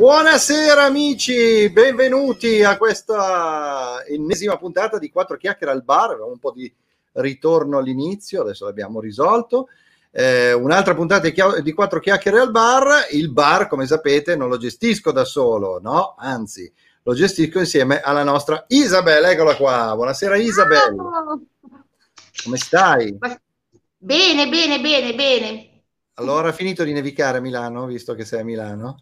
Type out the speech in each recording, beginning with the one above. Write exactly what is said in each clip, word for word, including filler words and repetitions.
Buonasera amici, benvenuti a questa ennesima puntata di Quattro Chiacchiere al Bar. Avevamo un po' di ritorno all'inizio, adesso l'abbiamo risolto. Eh, un'altra puntata di Quattro Chiacchiere al Bar. Il bar, come sapete, non lo gestisco da solo, no? Anzi, lo gestisco insieme alla nostra Isabella. Eccola qua. Buonasera Isabella. Ciao. Come stai? Bene, bene, bene, bene. Allora, ha finito di nevicare a Milano, visto che sei a Milano?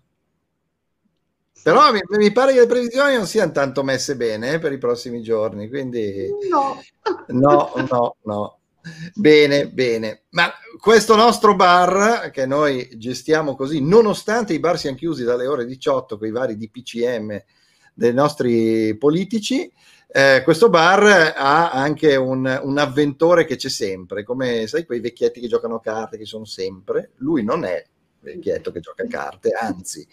Però mi, mi pare che le previsioni non siano tanto messe bene eh, per i prossimi giorni, quindi no, no, no, no. Bene, bene. Ma questo nostro bar che noi gestiamo così, nonostante i bar siano chiusi dalle ore diciotto con i vari D P C M dei nostri politici, eh, questo bar ha anche un, un avventore che c'è sempre, come sai quei vecchietti che giocano a carte che sono sempre. Lui non è vecchietto che gioca a carte, anzi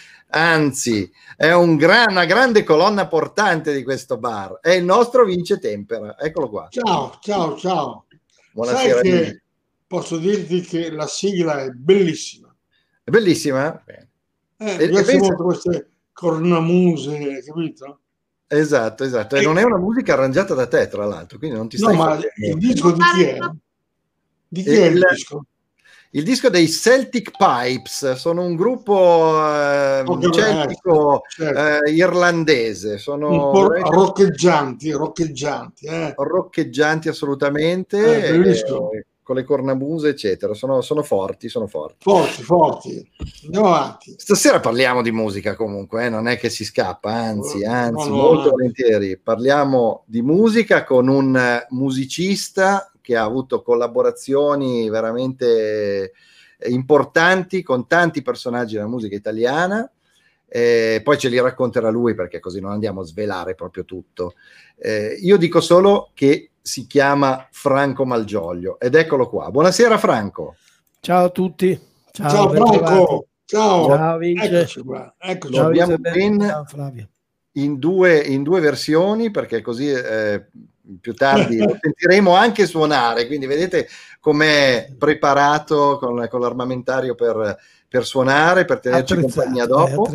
Anzi, è un gran, una grande colonna portante di questo bar. È il nostro Vince Tempera. Eccolo qua. Ciao, ciao, ciao. Buonasera. Sai che posso dirti che la sigla è bellissima. È bellissima? Eh, e, mi piace molto queste cornamuse, capito? Esatto, esatto. E, e non è una musica arrangiata da te, tra l'altro, quindi non ti stai No, ma il disco di chi è? Di chi è il, il disco? Il disco dei Celtic Pipes, sono un gruppo eh, okay, celtico certo. eh, irlandese, sono un po' roccheggianti, roccheggianti, eh. roccheggianti assolutamente, eh, eh, con le cornamuse eccetera, sono, sono forti, sono forti. Forti, forti. Andiamo avanti. Stasera parliamo di musica comunque, eh, non è che si scappa, anzi, anzi, no, no, molto no. volentieri. Parliamo di musica con un musicista che ha avuto collaborazioni veramente importanti con tanti personaggi della musica italiana, eh, poi ce li racconterà lui perché così non andiamo a svelare proprio tutto. Eh, io dico solo che si chiama Franco Malgioglio ed eccolo qua. Buonasera Franco. Ciao a tutti. Ciao, ciao Franco. Ciao. Ciao Vince. Eccoci qua. Eccoci. Lo abbiamo Isabella. ben Ciao Flavio. In due, in due versioni perché così eh, più tardi lo sentiremo anche suonare, quindi vedete com'è preparato con, con l'armamentario per, per suonare, per tenerci attrezzato, compagnia dopo,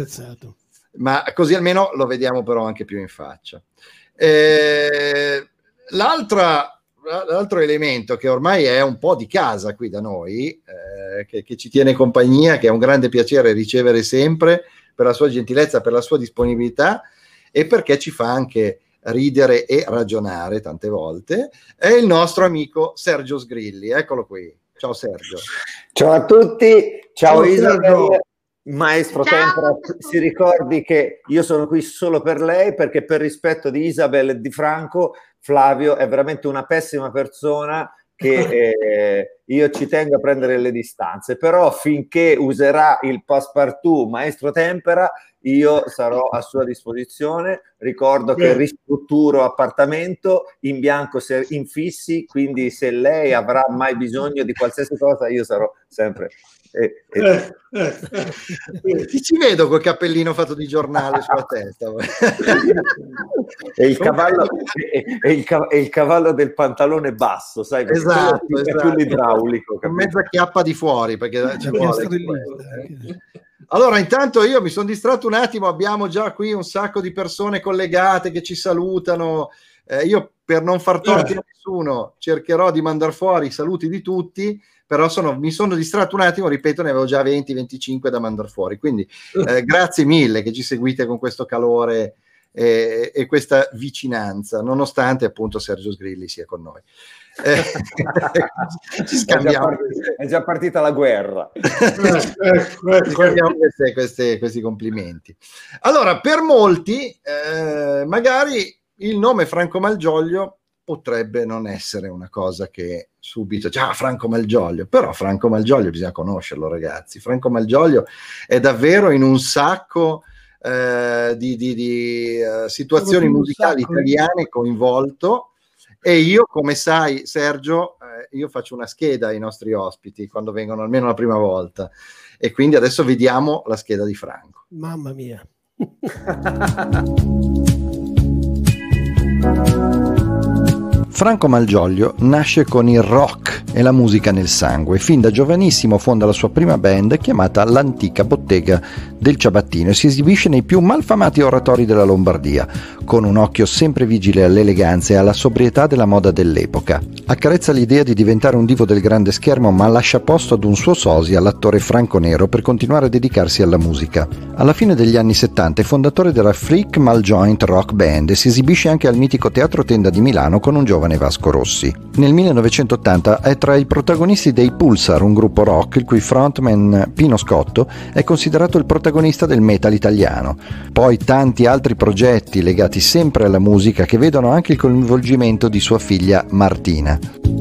ma così almeno lo vediamo però anche più in faccia. Eh, l'altra, l'altro elemento che ormai è un po' di casa qui da noi, eh, che, che ci tiene compagnia, che è un grande piacere ricevere sempre per la sua gentilezza, per la sua disponibilità e perché ci fa anche ridere e ragionare tante volte, è il nostro amico Sergio Sgrilli. Eccolo qui. Ciao Sergio. Ciao a tutti, ciao, ciao Isabella. Ciao. Maestro Tempera, si ricordi che io sono qui solo per lei perché per rispetto di Isabella e di Franco, Flavio è veramente una pessima persona che eh, io ci tengo a prendere le distanze, però finché userà il passepartout Maestro Tempera io sarò a sua disposizione. Ricordo che ristrutturo appartamento in bianco se infissi, quindi se lei avrà mai bisogno di qualsiasi cosa io sarò sempre eh, eh. Eh, eh. Ti ci vedo col cappellino fatto di giornale sulla testa. E il cavallo e, e il, e il cavallo del pantalone basso, sai, esatto, è esatto. più l'idraulico, con mezza chiappa di fuori perché ci vuole. Allora, intanto io mi sono distratto un attimo, abbiamo già qui un sacco di persone collegate che ci salutano. Eh, io per non far torti a nessuno cercherò di mandare fuori i saluti di tutti, però sono, mi sono distratto un attimo, ripeto, ne avevo già venti venticinque da mandare fuori. Quindi eh, grazie mille che ci seguite con questo calore e, e questa vicinanza, nonostante appunto Sergio Sgrilli sia con noi. Eh, ci scambiamo, è già, partita, è già partita la guerra. Ci scambiamo queste, queste, questi complimenti. Allora, per molti eh, magari il nome Franco Malgioglio potrebbe non essere una cosa che subito già Franco Malgioglio, però Franco Malgioglio bisogna conoscerlo, ragazzi. Franco Malgioglio è davvero in un sacco eh, di, di, di uh, situazioni musicali italiane coinvolto. E io, come sai, Sergio, eh, io faccio una scheda ai nostri ospiti quando vengono almeno la prima volta. E quindi adesso vediamo la scheda di Franco. Mamma mia. Franco Malgioglio nasce con il rock e la musica nel sangue. Fin da giovanissimo fonda la sua prima band chiamata L'Antica Bottega del Ciabattino e si esibisce nei più malfamati oratori della Lombardia, con un occhio sempre vigile all'eleganza e alla sobrietà della moda dell'epoca. Accarezza l'idea di diventare un divo del grande schermo, ma lascia posto ad un suo sosia, l'attore Franco Nero, per continuare a dedicarsi alla musica. Alla fine degli anni settanta è fondatore della Freak Maljoint Rock Band e si esibisce anche al mitico Teatro Tenda di Milano con un giovane Vasco Rossi. Nel millenovecentottanta è tra i protagonisti dei Pulsar, un gruppo rock il cui frontman Pino Scotto è considerato il protagonista del metal italiano. Poi tanti altri progetti legati sempre alla musica che vedono anche il coinvolgimento di sua figlia Martina.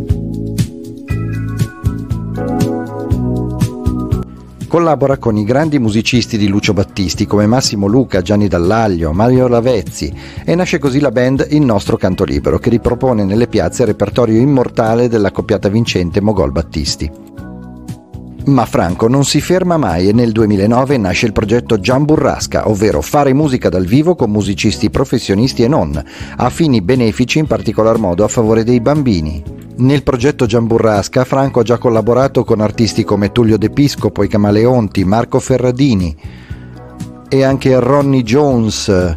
Collabora con i grandi musicisti di Lucio Battisti come Massimo Luca, Gianni Dall'Aglio, Mario Lavezzi e nasce così la band Il Nostro Canto Libero, che ripropone nelle piazze il repertorio immortale della coppiata vincente Mogol Battisti. Ma Franco non si ferma mai e nel duemilanove nasce il progetto Gian Burrasca, ovvero fare musica dal vivo con musicisti professionisti e non, a fini benefici in particolar modo a favore dei bambini. Nel progetto Gian Burrasca Franco ha già collaborato con artisti come Tullio De Piscopo, i Camaleonti, Marco Ferradini e anche Ronnie Jones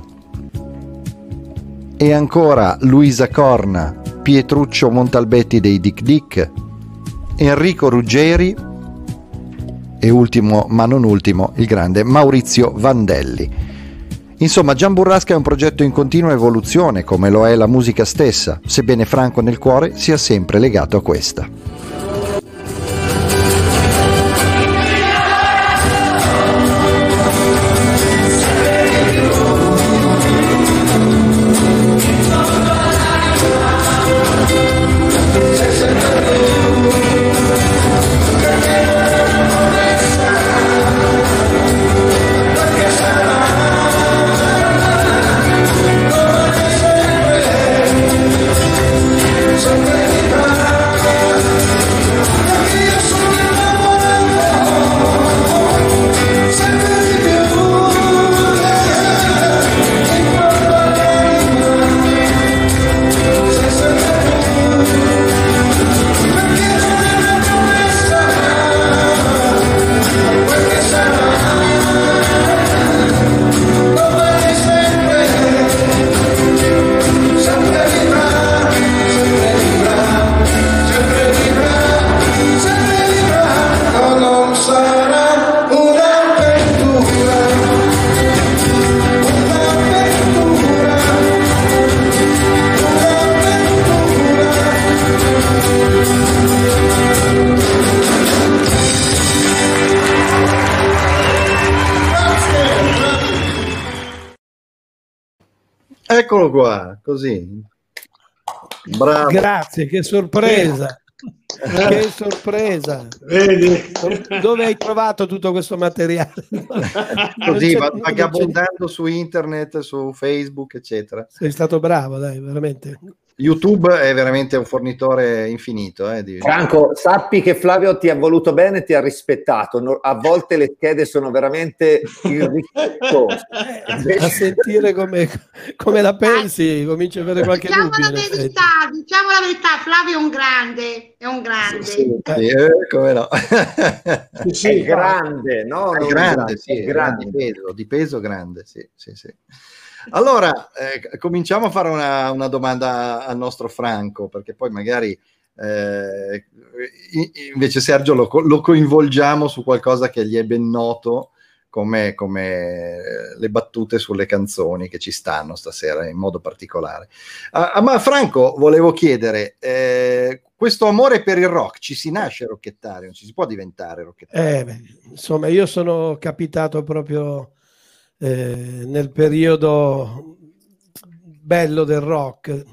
e ancora Luisa Corna, Pietruccio Montalbetti dei Dick Dick, Enrico Ruggeri e ultimo ma non ultimo il grande Maurizio Vandelli. Insomma, Gian Burrasca è un progetto in continua evoluzione, come lo è la musica stessa, sebbene Franco nel cuore sia sempre legato a questa. Eccolo qua, così. Bravo. Grazie, che sorpresa. Che sorpresa. Vedi? Dove hai trovato tutto questo materiale? Così, vagabondando su internet, su Facebook, eccetera. Sei stato bravo, dai, veramente. YouTube è veramente un fornitore infinito. Eh, di... Franco, sappi che Flavio ti ha voluto bene e ti ha rispettato. No, a volte le schede sono veramente irrispettose. A sentire come, come la pensi, cominci a avere qualche diciamo dubbio. La verità, diciamo la verità, Flavio è un grande, è un grande. Sì, sì, eh, come no. Sì, sì, è grande, no? È grande, sì, è grande, di peso, di peso grande, sì, sì, sì. Allora, eh, cominciamo a fare una, una domanda al nostro Franco, perché poi magari eh, invece Sergio lo, lo coinvolgiamo su qualcosa che gli è ben noto, come, come le battute sulle canzoni che ci stanno stasera in modo particolare. Ah, ma Franco, volevo chiedere, eh, questo amore per il rock, ci si nasce rocchettari, non ci si può diventare rocchettari? Eh, beh, insomma, io sono capitato proprio... Eh, nel periodo bello del rock,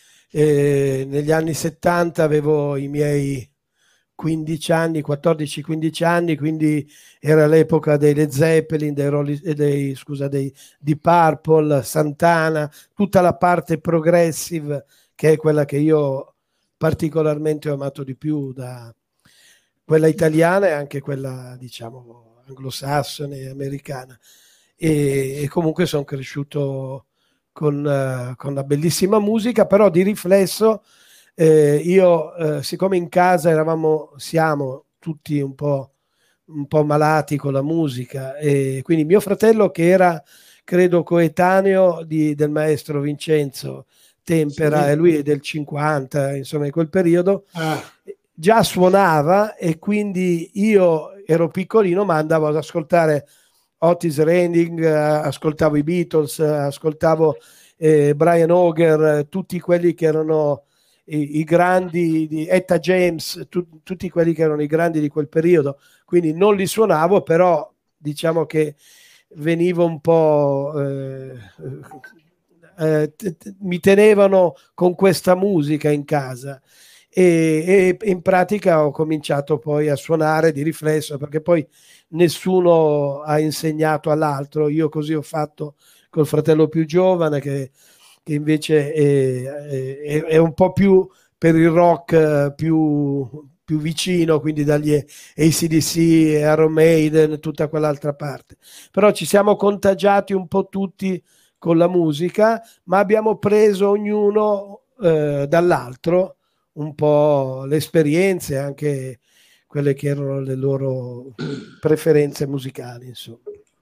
eh, negli anni settanta avevo i miei quindici anni, quattordici quindici anni, quindi era l'epoca dei Led Zeppelin, dei, Rolling, dei, scusa, dei di Purple, Santana, tutta la parte progressive che è quella che io particolarmente ho amato di più, da quella italiana e anche quella, diciamo, anglosassone e americana. E, e comunque sono cresciuto con, uh, con la bellissima musica, però di riflesso eh, io, eh, siccome in casa eravamo, siamo tutti un po', un po' malati con la musica, e quindi mio fratello, che era credo coetaneo di, del maestro Vincenzo Tempera, Sì. e lui è del cinquanta, insomma in quel periodo, Ah. già suonava, e quindi io ero piccolino ma andavo ad ascoltare Otis Redding, ascoltavo i Beatles, ascoltavo eh, Brian Auger, tutti quelli che erano i, i grandi, di Etta James, tu, tutti quelli che erano i grandi di quel periodo, quindi non li suonavo, però diciamo che venivo un po' eh, eh, t- t- mi tenevano con questa musica in casa, e, e in pratica ho cominciato poi a suonare di riflesso, perché poi nessuno ha insegnato all'altro. Io così ho fatto col fratello più giovane, che, che invece è, è, è un po' più per il rock più, più vicino, quindi dagli A C D C, Iron Maiden, tutta quell'altra parte. Però ci siamo contagiati un po' tutti con la musica, ma abbiamo preso ognuno eh, dall'altro un po' le esperienze, anche quelle che erano le loro preferenze musicali, insomma.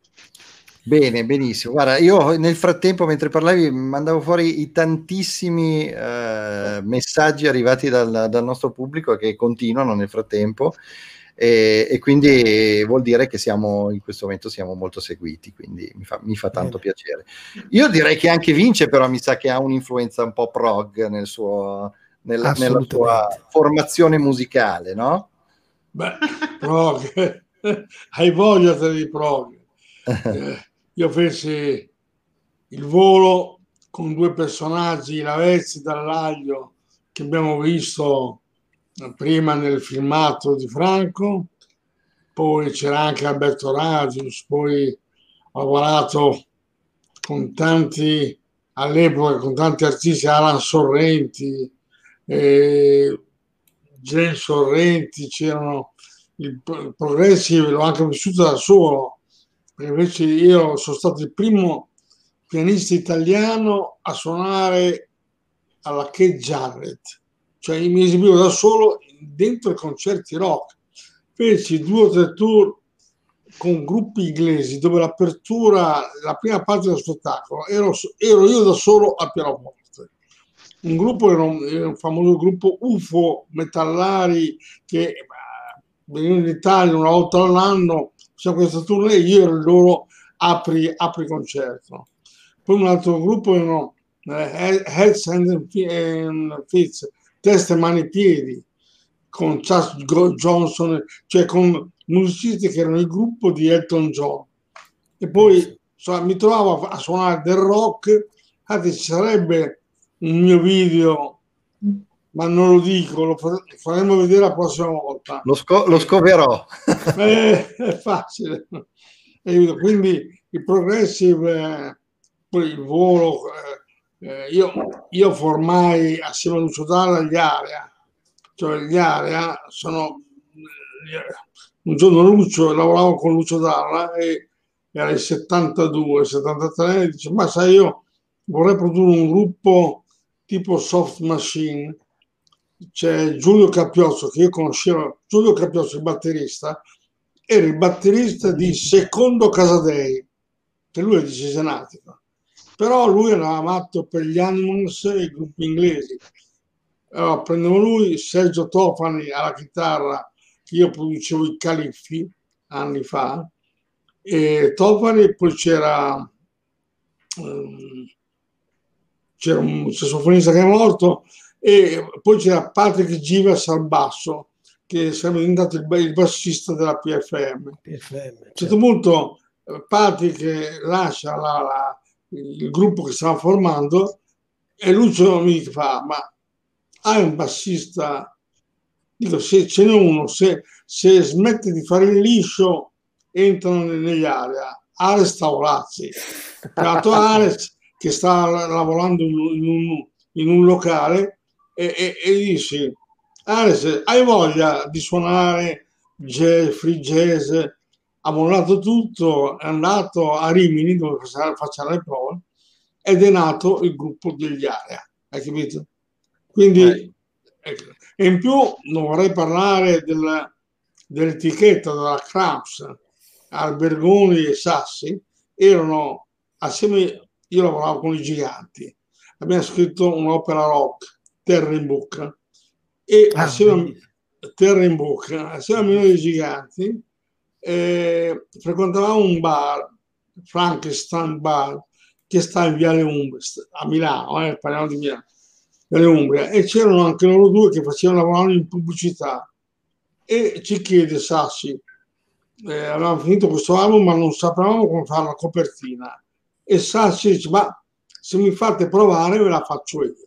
Bene, benissimo. Guarda, io nel frattempo, mentre parlavi, mandavo fuori i tantissimi eh, messaggi arrivati dal, dal nostro pubblico, che continuano nel frattempo, e, e quindi vuol dire che siamo, in questo momento siamo molto seguiti, quindi mi fa, mi fa tanto Bene. piacere. Io direi che anche Vince però mi sa che ha un'influenza un po' prog nel suo, nella, nella sua formazione musicale, no? Beh, prog, hai voglia di prog. Eh, io feci il volo con due personaggi, Lavezzi e Dallaglio, che abbiamo visto prima nel filmato di Franco, poi c'era anche Alberto Radius, poi ho lavorato con tanti, all'epoca, con tanti artisti, Alan Sorrenti, eh, James Sorrenti, c'erano il Progressive, l'ho anche vissuto da solo, perché invece io sono stato il primo pianista italiano a suonare alla Keith Jarrett, cioè mi esibivo da solo dentro i concerti rock, feci due o tre tour con gruppi inglesi dove l'apertura, la prima parte dello spettacolo ero, ero io da solo al pianoforte. Un gruppo era un, era un famoso gruppo U F O Metallari che venivano in Italia una volta all'anno, facciamo questa tournée, io ero il loro apri, apri concerto. Poi un altro gruppo erano eh, Heads and Feet, Testa, Mani e Piedi, con Charles Johnson, cioè con musicisti che erano il gruppo di Elton John. E poi so, mi trovavo a suonare del rock, anzi ci sarebbe un mio video, ma non lo dico, lo faremo vedere la prossima volta. Lo, sco- lo scoverò. Eh, è facile. E quindi il progressive, eh, poi il volo, eh, io, io formai assieme a Lucio Dalla gli Area, cioè gli Area sono, un giorno Lucio, lavoravo con Lucio Dalla e era il settantadue settantatré, e dice, ma sai, io vorrei produrre un gruppo tipo Soft Machine. C'è Giulio Capiozzo, che io conoscevo, Giulio Capiozzo, il batterista, era il batterista di Secondo Casadei, che lui è di Cesenatico, però lui era matto per gli Animals e i gruppi inglesi. Allora prendevo lui, Sergio Tofani alla chitarra, che io producevo i Califfi anni fa, e Tofani, poi c'era um, c'era un sassofonista che è morto, e poi c'era Patrick Givas al basso, che sarebbe diventato il, il bassista della P F M. P F M, certo. A un certo punto Patrick lascia la, la, il gruppo che stava formando e Lucio mi fa, ma hai un bassista? Dico, se ce n'è uno, se, se smette di fare il liscio entrano negli area. Ares Tavolazzi, Ares che sta lavorando in un, in un locale, e, e, e dici, Ares, hai voglia di suonare jazz, free jazz? Ha mollato tutto, è andato a Rimini dove facciamo le prove ed è nato il gruppo degli Area, hai capito? Quindi Ecco. E in più non vorrei parlare del, dell'etichetta della Krams, Albergoni e Sassi, erano assieme, io lavoravo con i Giganti, abbiamo scritto un'opera rock, Terra in Bocca, e Ah, assieme a Terra in Bocca, assieme a Milano dei Giganti, eh, frequentavamo un bar, Frankenstein Bar, che sta in Viale Umbria, a Milano, eh, parliamo di Milano, Viale Umbria, e c'erano anche loro due che facevano lavorare in pubblicità, e ci chiede Sassi, eh, avevamo finito questo album ma non sapevamo come fare la copertina, e Sassi dice, ma se mi fate provare ve la faccio io,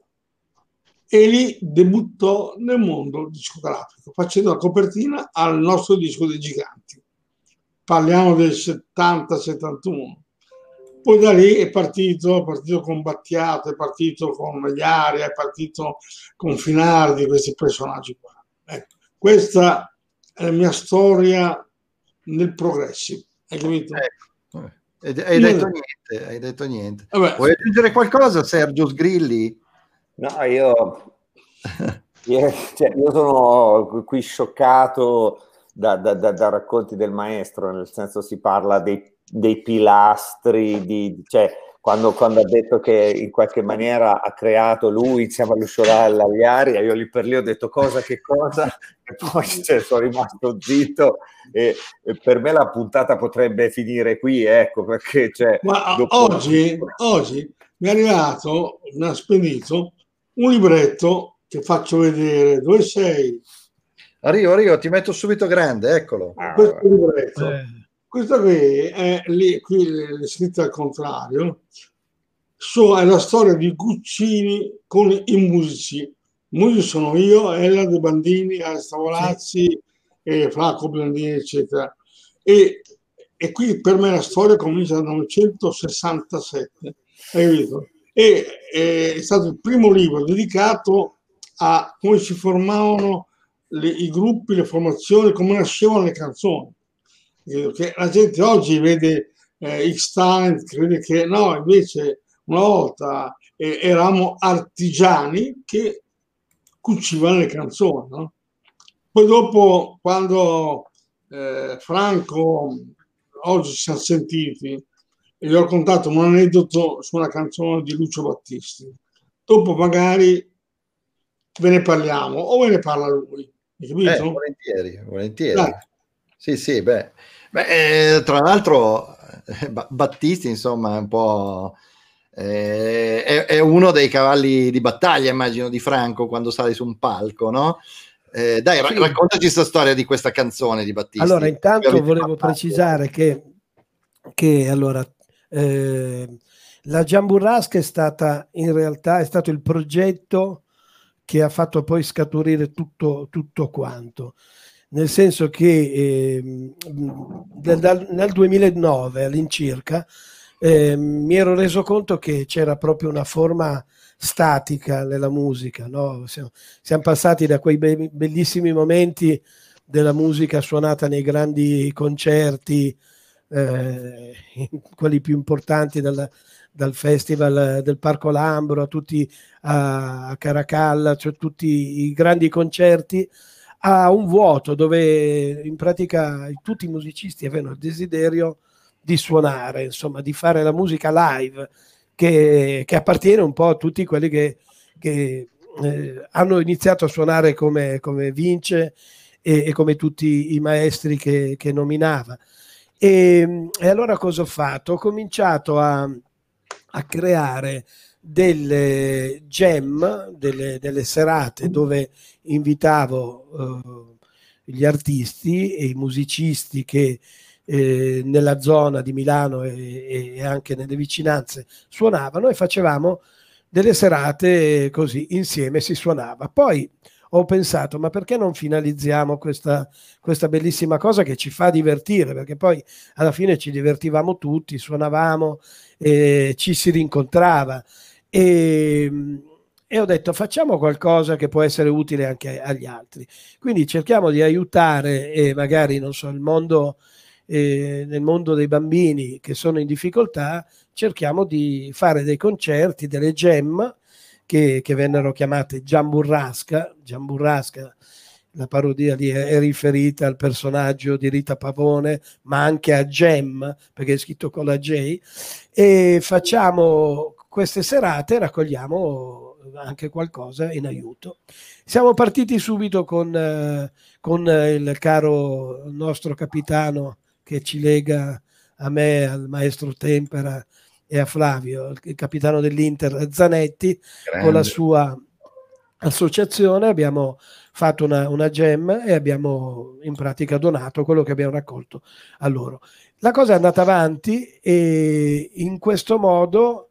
e lì debuttò nel mondo discografico facendo la copertina al nostro disco dei Giganti, parliamo del settanta settantuno. Poi da lì è partito, è partito con Battiato, è partito con Megliaria, è partito con Finardi, questi personaggi qua. Ecco, questa è la mia storia nel progressive, hai capito? Ecco. Hai detto niente, hai detto niente. Vabbè. Vuoi aggiungere qualcosa, Sergio Sgrilli? No, io, io, cioè, io sono qui scioccato da, da, da, da racconti del maestro, nel senso si parla dei, dei pilastri, di, cioè, quando, quando ha detto che in qualche maniera ha creato lui insieme a Lucio Dalla agli Aria, io lì per lì ho detto cosa che cosa, e poi cioè, sono rimasto zitto, e, e per me la puntata potrebbe finire qui, ecco, perché cioè, Ma dopo... oggi, oggi mi è arrivato, mi ha spedito un libretto che faccio vedere. Dove sei? Arrivo, arrivo, ti metto subito grande, eccolo. Questo libretto, Eh. questo qui è lì, qui è scritto al contrario. So, è la storia di Guccini con i musici. I musici sono io, Ella De Bandini, Alex Tavolazzi, sì, e Flacco Biondini, eccetera. E, e qui per me la storia comincia dal novecentosessantasette, hai capito? E è stato il primo libro dedicato a come si formavano le, i gruppi, le formazioni, come nascevano le canzoni. Che la gente oggi vede eh, X-Talent, crede che no, invece una volta eh, eravamo artigiani che cucivano le canzoni, no? Poi dopo, quando eh, Franco, oggi ci siamo sentiti, e gli ho raccontato un aneddoto su una canzone di Lucio Battisti. Dopo magari ve ne parliamo, o ve ne parla lui. Hai capito? Eh, volentieri, volentieri. Dai. Sì, sì, beh. beh eh, tra l'altro Battisti, insomma, è un po'... Eh, è, è uno dei cavalli di battaglia, immagino, di Franco quando sale su un palco, no? Eh, dai, sì. Raccontaci questa storia di questa canzone di Battisti. Allora, intanto volevo precisare che, che allora, eh, la Giamburrasca è stata, in realtà, è stato il progetto che ha fatto poi scaturire tutto, tutto quanto. Nel senso che eh, nel, nel duemilanove all'incirca eh, mi ero reso conto che c'era proprio una forma statica nella musica, no? Siamo, siamo passati da quei be- bellissimi momenti della musica suonata nei grandi concerti, eh, quelli più importanti dal, dal festival del Parco Lambro a tutti a, a Caracalla, cioè tutti i grandi concerti, a un vuoto dove in pratica tutti i musicisti avevano il desiderio di suonare, insomma, di fare la musica live, che, che appartiene un po' a tutti quelli che, che eh, hanno iniziato a suonare come, come Vince e, e come tutti i maestri che, che nominava. E, e allora cosa ho fatto? Ho cominciato a, a creare delle jam, delle, delle serate dove invitavo eh, gli artisti e i musicisti che eh, nella zona di Milano e, e anche nelle vicinanze suonavano, e facevamo delle serate così insieme, si suonava. Poi ho pensato, ma perché non finalizziamo questa, questa bellissima cosa che ci fa divertire, perché poi alla fine ci divertivamo tutti, suonavamo, eh, ci si rincontrava, e, e ho detto facciamo qualcosa che può essere utile anche agli altri, quindi cerchiamo di aiutare e magari, non so, il mondo, eh, nel mondo dei bambini che sono in difficoltà, cerchiamo di fare dei concerti, delle jam, che, che vennero chiamate Giamburrasca. Giamburrasca, la parodia lì è, è riferita al personaggio di Rita Pavone, ma anche a Gem, perché è scritto con la J, e facciamo queste serate, raccogliamo anche qualcosa in aiuto. Siamo partiti subito con, eh, con il caro nostro capitano che ci lega a me, al maestro Tempera e a Flavio, il capitano dell'Inter Zanetti. Grande. Con la sua associazione abbiamo fatto una, una gem e abbiamo in pratica donato quello che abbiamo raccolto a loro. La cosa è andata avanti e in questo modo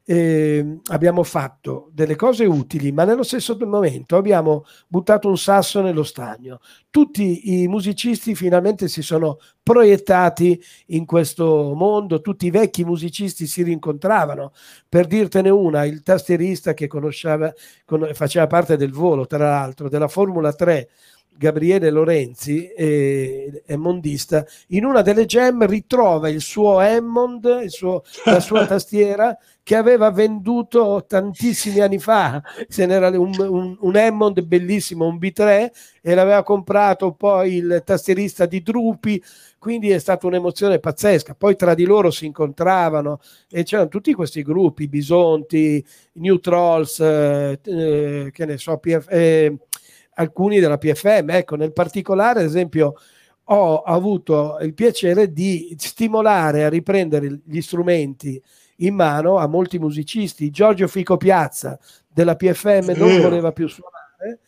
eh, abbiamo fatto delle cose utili, ma nello stesso momento abbiamo buttato un sasso nello stagno. Tutti i musicisti finalmente si sono proiettati in questo mondo, tutti i vecchi musicisti si rincontravano. Per dirtene una, il tastierista che conosceva, con, faceva parte del Volo, tra l'altro, della Formula tre, Gabriele Lorenzi, eh, Hammondista, in una delle jam ritrova il suo Hammond, il suo, la sua tastiera che aveva venduto tantissimi anni fa. Se n'era un, un, un Hammond bellissimo, un B tre, e l'aveva comprato poi il tastierista di Drupi, quindi è stata un'emozione pazzesca. Poi tra di loro si incontravano e c'erano tutti questi gruppi, Bisonti, New Trolls, eh, eh, che ne so, P F, eh, alcuni della P F M. Ecco, nel particolare, ad esempio, ho avuto il piacere di stimolare a riprendere gli strumenti in mano a molti musicisti. Giorgio Fico Piazza della P F M non mm. voleva più suonare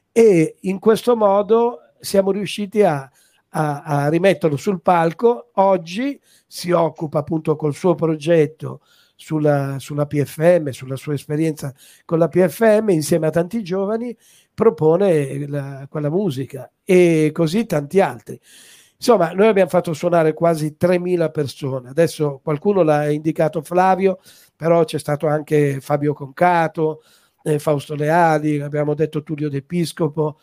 e in questo modo siamo riusciti a, a, a rimetterlo sul palco. Oggi si occupa appunto col suo progetto sulla, sulla P F M, sulla sua esperienza con la P F M, insieme a tanti giovani propone la, quella musica e così tanti altri. Insomma, noi abbiamo fatto suonare quasi tremila persone. Adesso qualcuno l'ha indicato Flavio, però c'è stato anche Fabio Concato, eh, Fausto Leali, abbiamo detto Tullio D'Episcopo,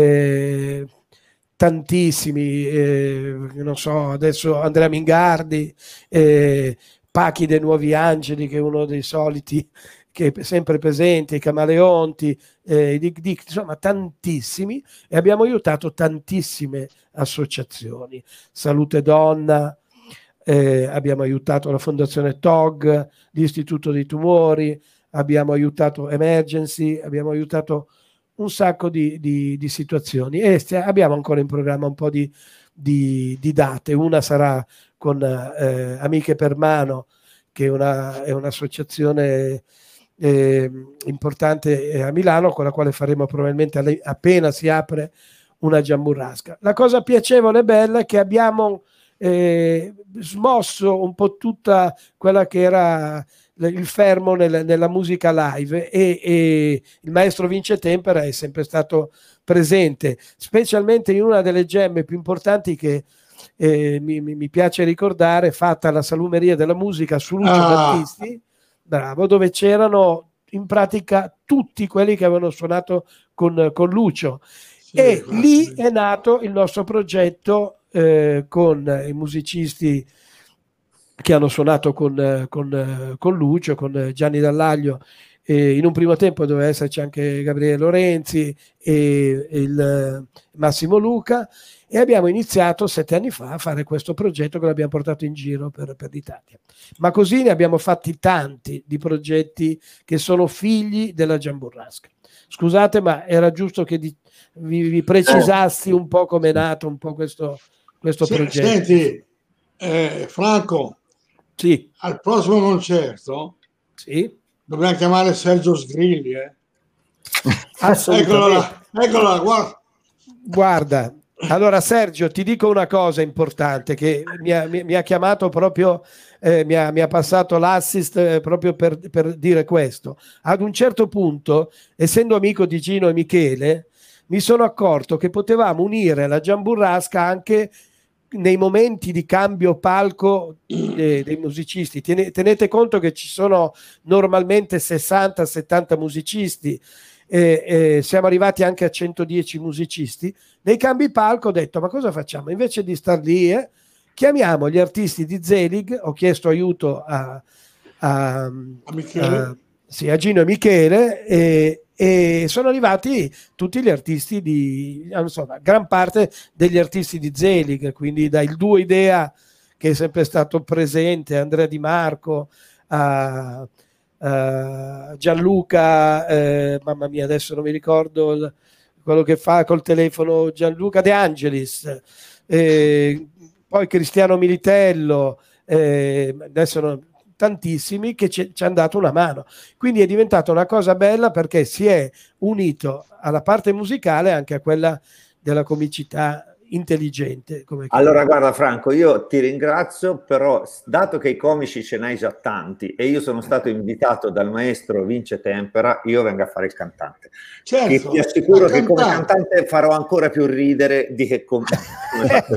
eh, tantissimi, eh, non so, adesso Andrea Mingardi, eh, Pachi dei Nuovi Angeli, che è uno dei soliti, che è sempre presente, i Camaleonti, eh, Dick Dick, insomma tantissimi, e abbiamo aiutato tantissime associazioni. Salute Donna, eh, abbiamo aiutato la Fondazione T O G, l'Istituto dei Tumori, abbiamo aiutato Emergency, abbiamo aiutato un sacco di, di, di situazioni e abbiamo ancora in programma un po' di, di, di date. Una sarà con eh, Amiche per Mano, che è, una, è un'associazione eh, importante a Milano, con la quale faremo probabilmente alle, appena si apre una Giamburrasca. La cosa piacevole e bella è che abbiamo eh, smosso un po' tutta quella che era il fermo nel, nella musica live e, e il maestro Vince Tempera è sempre stato presente, specialmente in una delle gemme più importanti che eh, mi, mi piace ricordare, fatta alla Salumeria della Musica su Lucio ah. Battisti, bravo, dove c'erano in pratica tutti quelli che avevano suonato con, con Lucio. Sì, e grazie. Lì è nato il nostro progetto eh, con i musicisti che hanno suonato con, con, con Lucio, con Gianni Dallaglio. E in un primo tempo doveva esserci anche Gabriele Lorenzi e il Massimo Luca, e abbiamo iniziato sette anni fa a fare questo progetto che l'abbiamo portato in giro per, per l'Italia. Ma così ne abbiamo fatti tanti di progetti che sono figli della Giamburrasca. Scusate, ma era giusto che di, vi, vi precisassi un po' come è nato un po' questo, questo Se, progetto. Senti, eh, Franco, sì. Al prossimo concerto sì. dobbiamo chiamare Sergio Sgrilli, eh? Eccolo là, eccolo là, guarda. Guarda, allora Sergio, ti dico una cosa importante che mi ha, mi, mi ha chiamato proprio, eh, mi, ha, mi ha passato l'assist eh, proprio per, per dire questo. Ad un certo punto, essendo amico di Gino e Michele, mi sono accorto che potevamo unire la Giamburrasca anche nei momenti di cambio palco eh, dei musicisti. Tenete conto che ci sono normalmente sessanta settanta musicisti, eh, eh, siamo arrivati anche a centodieci musicisti. Nei cambi palco ho detto: ma cosa facciamo? Invece di star lì, eh, chiamiamo gli artisti di Zelig. Ho chiesto aiuto a, a, a, sì, a Gino e Michele, e, e sono arrivati tutti gli artisti di, insomma, gran parte degli artisti di Zelig, quindi dal duo Idea, che è sempre stato presente, Andrea Di Marco, a, a Gianluca, eh, mamma mia, adesso non mi ricordo il, quello che fa col telefono, Gianluca De Angelis, eh, poi Cristiano Militello, eh, adesso non, tantissimi che ci, ci hanno dato una mano, quindi è diventata una cosa bella perché si è unito alla parte musicale anche a quella della comicità intelligente. Come allora che... guarda Franco, io ti ringrazio, però dato che i comici ce n'hai già tanti e io sono stato invitato dal maestro Vince Tempera, io vengo a fare il cantante. Certo, e ti assicuro che come cantante farò ancora più ridere di che come, come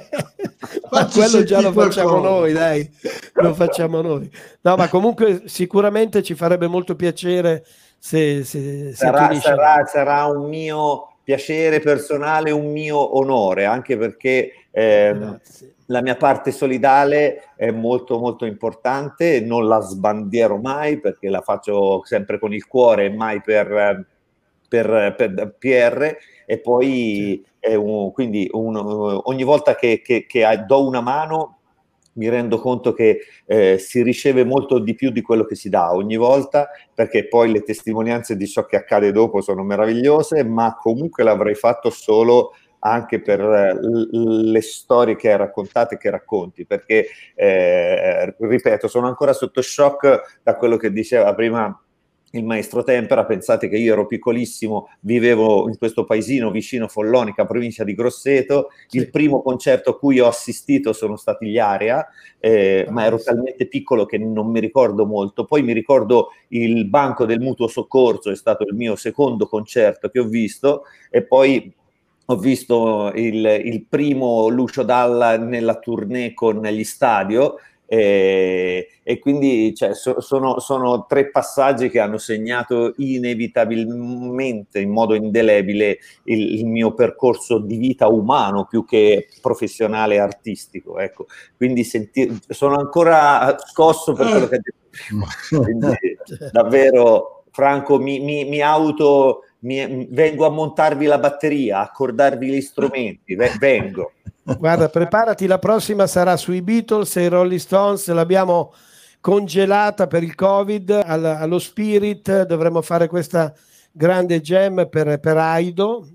ma quello già lo facciamo noi, dai, lo facciamo noi. No, ma comunque sicuramente ci farebbe molto piacere se, se, se sarà, sarà, sarà un mio piacere personale, un mio onore, anche perché eh, la mia parte solidale è molto molto importante, non la sbandiero mai perché la faccio sempre con il cuore e mai per, per, per P R, e poi è un, quindi un, ogni volta che, che, che do una mano mi rendo conto che eh, si riceve molto di più di quello che si dà ogni volta, perché poi le testimonianze di ciò che accade dopo sono meravigliose, ma comunque l'avrei fatto solo anche per eh, le storie che hai raccontate, che racconti, perché, eh, ripeto, sono ancora sotto shock da quello che diceva prima il maestro Tempera. Pensate che io ero piccolissimo, vivevo in questo paesino vicino Follonica, provincia di Grosseto, sì. Il primo concerto a cui ho assistito sono stati gli Area, eh, ah, ma ero sì. talmente piccolo che non mi ricordo molto. Poi mi ricordo il Banco del Mutuo Soccorso, è stato il mio secondo concerto che ho visto, e poi ho visto il, il primo Lucio Dalla nella tournée con gli Stadio, E, e quindi cioè, so, sono, sono tre passaggi che hanno segnato inevitabilmente, in modo indelebile, il, il mio percorso di vita umano più che professionale e artistico, ecco. Quindi senti, sono ancora scosso per quello che ha detto prima. Quindi, davvero Franco, mi, mi, mi auto mi, vengo a montarvi la batteria, a accordarvi gli strumenti, vengo. Guarda, preparati, la prossima sarà sui Beatles e i Rolling Stones, l'abbiamo congelata per il Covid, all, allo Spirit dovremmo fare questa grande jam per, per Aido,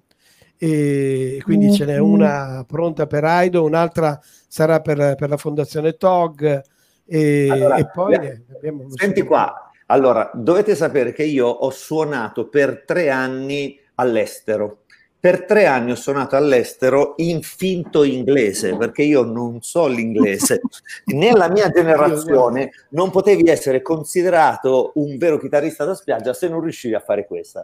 e quindi ce n'è una pronta per Aido, un'altra sarà per, per la Fondazione T O G, e, allora, e poi eh, abbiamo, senti qua, allora dovete sapere che io ho suonato per tre anni all'estero. Per tre anni ho suonato all'estero in finto inglese, perché io non so l'inglese. Nella mia generazione non potevi essere considerato un vero chitarrista da spiaggia se non riuscivi a fare questa.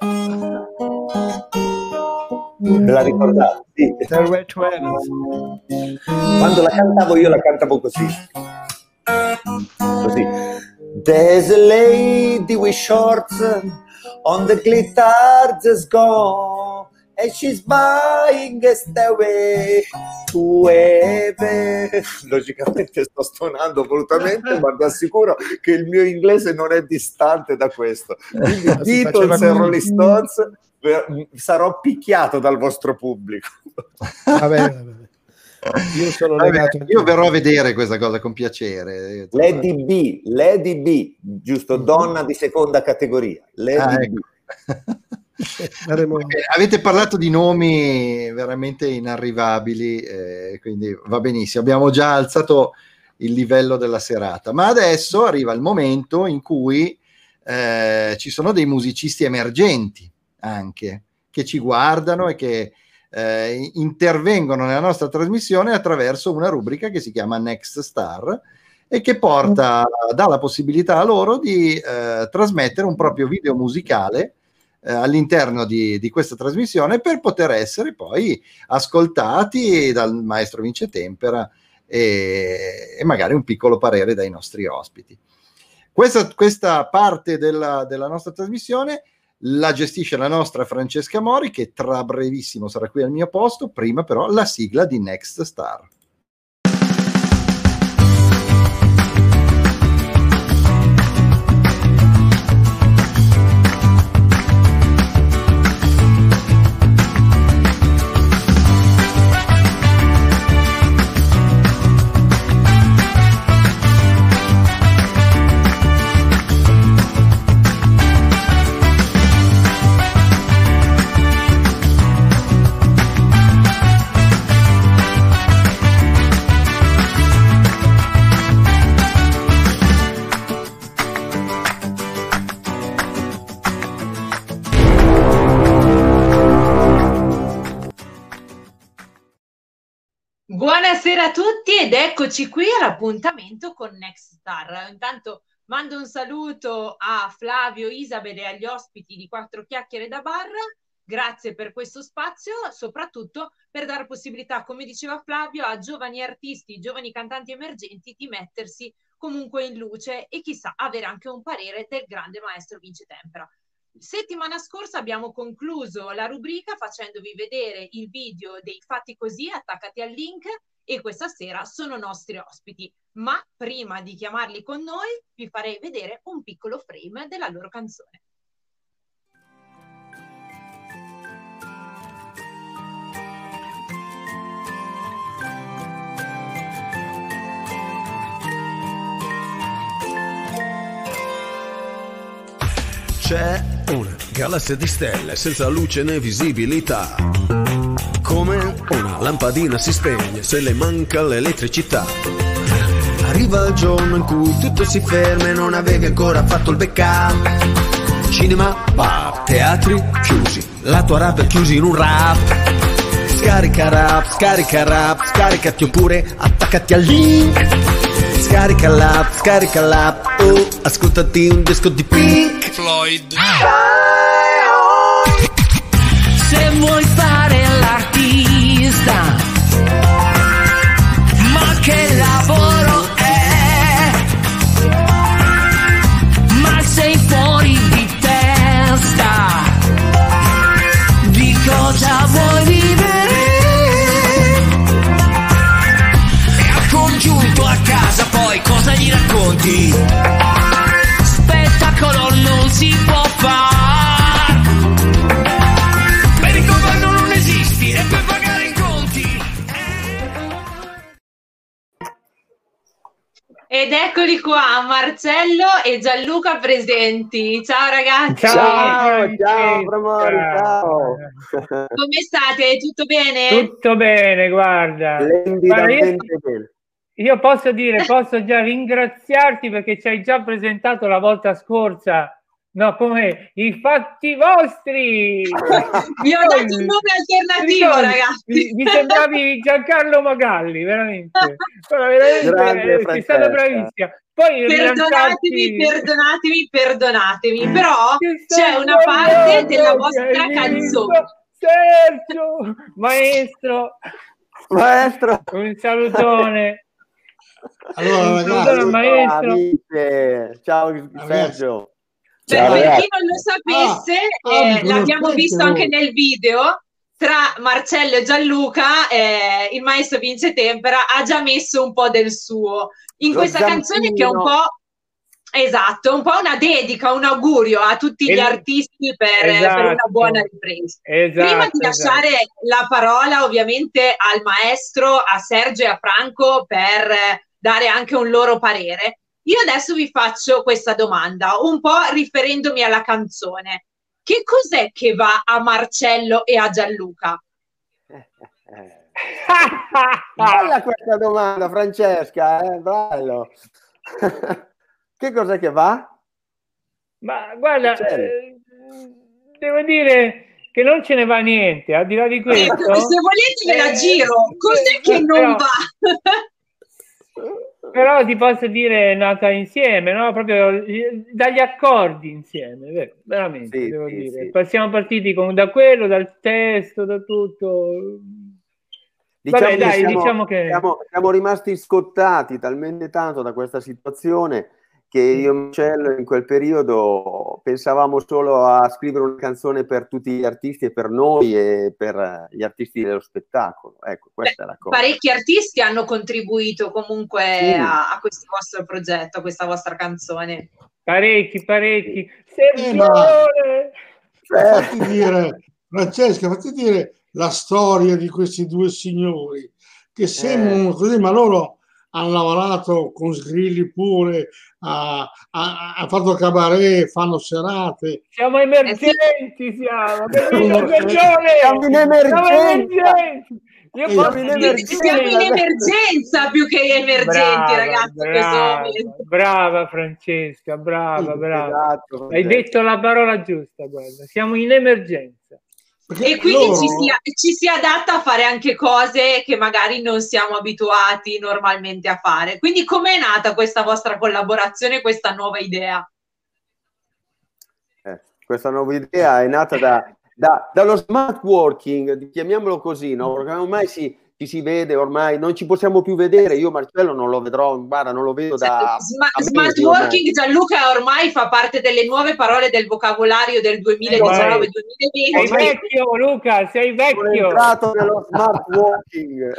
Ve la ricordate? Sì. Quando la cantavo io la cantavo così. Così. There's a lady with shorts on the glitter just gone. And she's buying a stairway to heaven. Logicamente sto stonando volutamente, ma vi assicuro che il mio inglese non è distante da questo. Quindi Beatles e Rolling Stones, sarò picchiato dal vostro pubblico. Vabbè, vabbè. Io, sono vabbè, io verrò a vedere questa cosa con piacere. Lady B, Lady B, giusto, donna di seconda categoria. Lady ah, ecco. B. Avete parlato di nomi veramente inarrivabili, eh, quindi va benissimo, abbiamo già alzato il livello della serata, ma adesso arriva il momento in cui eh, ci sono dei musicisti emergenti anche che ci guardano e che eh, intervengono nella nostra trasmissione attraverso una rubrica che si chiama Next Star e che porta, dà la possibilità a loro di eh, trasmettere un proprio video musicale all'interno di, di questa trasmissione per poter essere poi ascoltati dal maestro Vince Tempera e, e magari un piccolo parere dai nostri ospiti. Questa, questa parte della, della nostra trasmissione la gestisce la nostra Francesca Mori, che tra brevissimo sarà qui al mio posto. Prima però la sigla di Next Star. Salve a tutti ed eccoci qui all'appuntamento con Next Star. Intanto mando un saluto a Flavio, Isabel e agli ospiti di Quattro Chiacchiere da Bar. Grazie per questo spazio, soprattutto per dare possibilità, come diceva Flavio, a giovani artisti, giovani cantanti emergenti di mettersi comunque in luce e chissà avere anche un parere del grande maestro Vince Tempera. Settimana scorsa abbiamo concluso la rubrica facendovi vedere il video dei Fatti Così, attaccati al link, e questa sera sono nostri ospiti. Ma prima di chiamarli con noi vi farei vedere un piccolo frame della loro canzone. C'è una galassia di stelle senza luce né visibilità. Come una lampadina si spegne se le manca l'elettricità. Arriva il giorno in cui tutto si ferma e non avevi ancora fatto il backup. Cinema, bar, teatri chiusi, la tua rabbia chiusi in un rap. Scarica rap, scarica rap, scaricati oppure attaccati al link. Scarica l'app, scarica l'app, oh, ascoltati un disco di Pink Floyd. Se vuoi fare l'artista, ma che lavoro è? Ma sei fuori di testa, di cosa vuoi vivere? E al congiunto a casa poi cosa gli racconti? Spettacolo non si può fare, per il governo non esisti e per pagare i conti. Ed eccoli qua, Marcello e Gianluca presenti. Ciao ragazzi. Ciao, ciao, Bramori, ciao. Come state? Tutto bene? Tutto bene, guarda. Guarda, io, bene. io posso dire, posso già ringraziarti perché ci hai già presentato la volta scorsa, no, come i fatti vostri. Vi ho dato un nome alternativo, Ricordi, ragazzi. Mi, mi sembravi Giancarlo Magalli, veramente. Però veramente Grande, sei stato bravissima. Poi Perdonatemi, rilanciarti... perdonatemi, perdonatemi, però c'è una parte della vostra canzone. Sergio, maestro, Maestro, un salutone. Allora, Un salutone ragazzi, al maestro. amiche. Ciao Sergio. Per, Ciao, per ragazzi. chi non lo sapesse, Ah, eh, ah, l'abbiamo perfetto. visto anche nel video tra Marcello e Gianluca, eh, il maestro Vince Tempera ha già messo un po' del suo in Lo questa canzone che è un zampino. po', esatto, un po' una dedica, un augurio a tutti gli Es- artisti per, esatto. per una buona ripresa. Esatto, Prima di lasciare esatto. la parola ovviamente al maestro, a Sergio e a Franco per eh, dare anche un loro parere, io adesso vi faccio questa domanda, un po' riferendomi alla canzone. Che cos'è che va a Marcello e a Gianluca? Bella questa domanda, Francesca, eh? Bello. Che cos'è che va? Ma guarda, Marcello. eh, devo dire che non ce ne va niente, al di là di questo. Se volete ve la eh, giro, cos'è eh, che non però- va? Però ti posso dire è nata insieme, no? Proprio eh, dagli accordi insieme, vero? Veramente, Sì, devo sì, dire. sì. Siamo partiti con, da quello, dal testo, da tutto. Diciamo Vabbè, che dai, siamo, diciamo che... siamo, siamo rimasti scottati talmente tanto da questa situazione che io e Marcello in quel periodo pensavamo solo a scrivere una canzone per tutti gli artisti e per noi e per gli artisti dello spettacolo. Ecco, questa Beh, è la cosa. parecchi artisti hanno contribuito comunque Sì. a, a questo vostro progetto, a questa vostra canzone. Parecchi, parecchi. Eh, ma- Sergione! fatti dire, Francesca, fatti dire la storia di questi due signori che sembrano così, ma loro hanno lavorato con Sgrilli pure, ha, ha, ha fatto cabaret, fanno serate. Siamo emergenti, siamo. Capito, Siamo- Sergione? siamo in emergenza. Siamo emergenti. Io Siamo posso in dire- emergenza. Siamo in emergenza più che emergenti, Brava, ragazzi, in questo brava, momento. brava Francesca, brava, brava. Esatto, Hai detto la parola giusta, guarda. Siamo in emergenza. Perché E quindi loro- ci, si, ci si adatta a fare anche cose che magari non siamo abituati normalmente a fare. Quindi com'è nata questa vostra collaborazione, questa nuova idea? Eh, questa nuova idea è nata da, da- dallo smart working, chiamiamolo così, no? Perché ormai si, ci si vede, ormai non ci possiamo più vedere. Io Marcello non lo vedrò, guarda, non lo vedo da Sma- a smart mesi ormai. working, Gianluca, ormai fa parte delle nuove parole del vocabolario del duemiladiciannove Sei duemilaventi. vecchio, Luca, sei Sono vecchio. entrato nello smart working,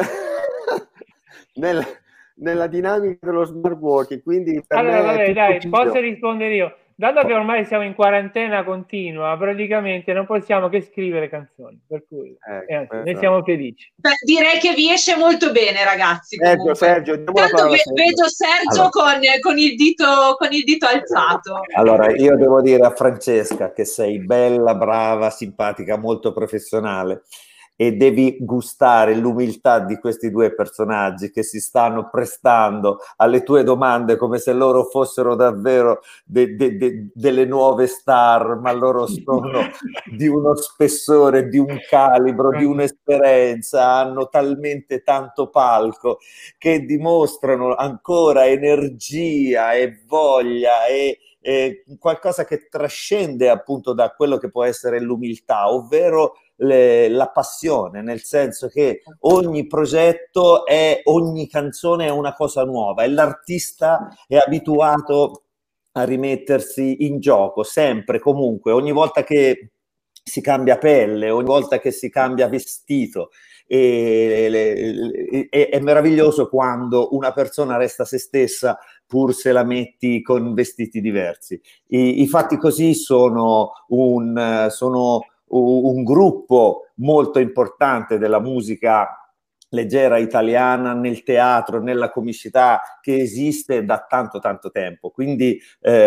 nella, nella dinamica dello smart working, quindi per Allora, me è vabbè, tutto dai, figlio. posso rispondere io. Dato che ormai siamo in quarantena continua, praticamente non possiamo che scrivere canzoni, per cui Ecco, eh, anzi, ne questo- siamo felici. Beh, direi che vi esce molto bene, ragazzi. Sergio, comunque. Sergio, diamo la Tanto parola a ve- Sergio. vedo Sergio Allora. con, con il dito, con il dito alzato. Allora, io devo dire a Francesca che sei bella, brava, simpatica, molto professionale e devi gustare l'umiltà di questi due personaggi che si stanno prestando alle tue domande come se loro fossero davvero de- de- de- delle nuove star, ma loro sono di uno spessore, di un calibro, di un'esperienza, hanno talmente tanto palco che dimostrano ancora energia e voglia e eh, qualcosa che trascende appunto da quello che può essere l'umiltà, ovvero le, la passione, nel senso che ogni progetto è, ogni canzone è una cosa nuova e l'artista è abituato a rimettersi in gioco sempre, comunque, ogni volta che si cambia pelle, ogni volta che si cambia vestito. E, le, è, è meraviglioso quando una persona resta se stessa pur se la metti con vestiti diversi. I, i fatti così sono un, sono un gruppo molto importante della musica leggera italiana nel teatro, nella comicità, che esiste da tanto tanto tempo. Quindi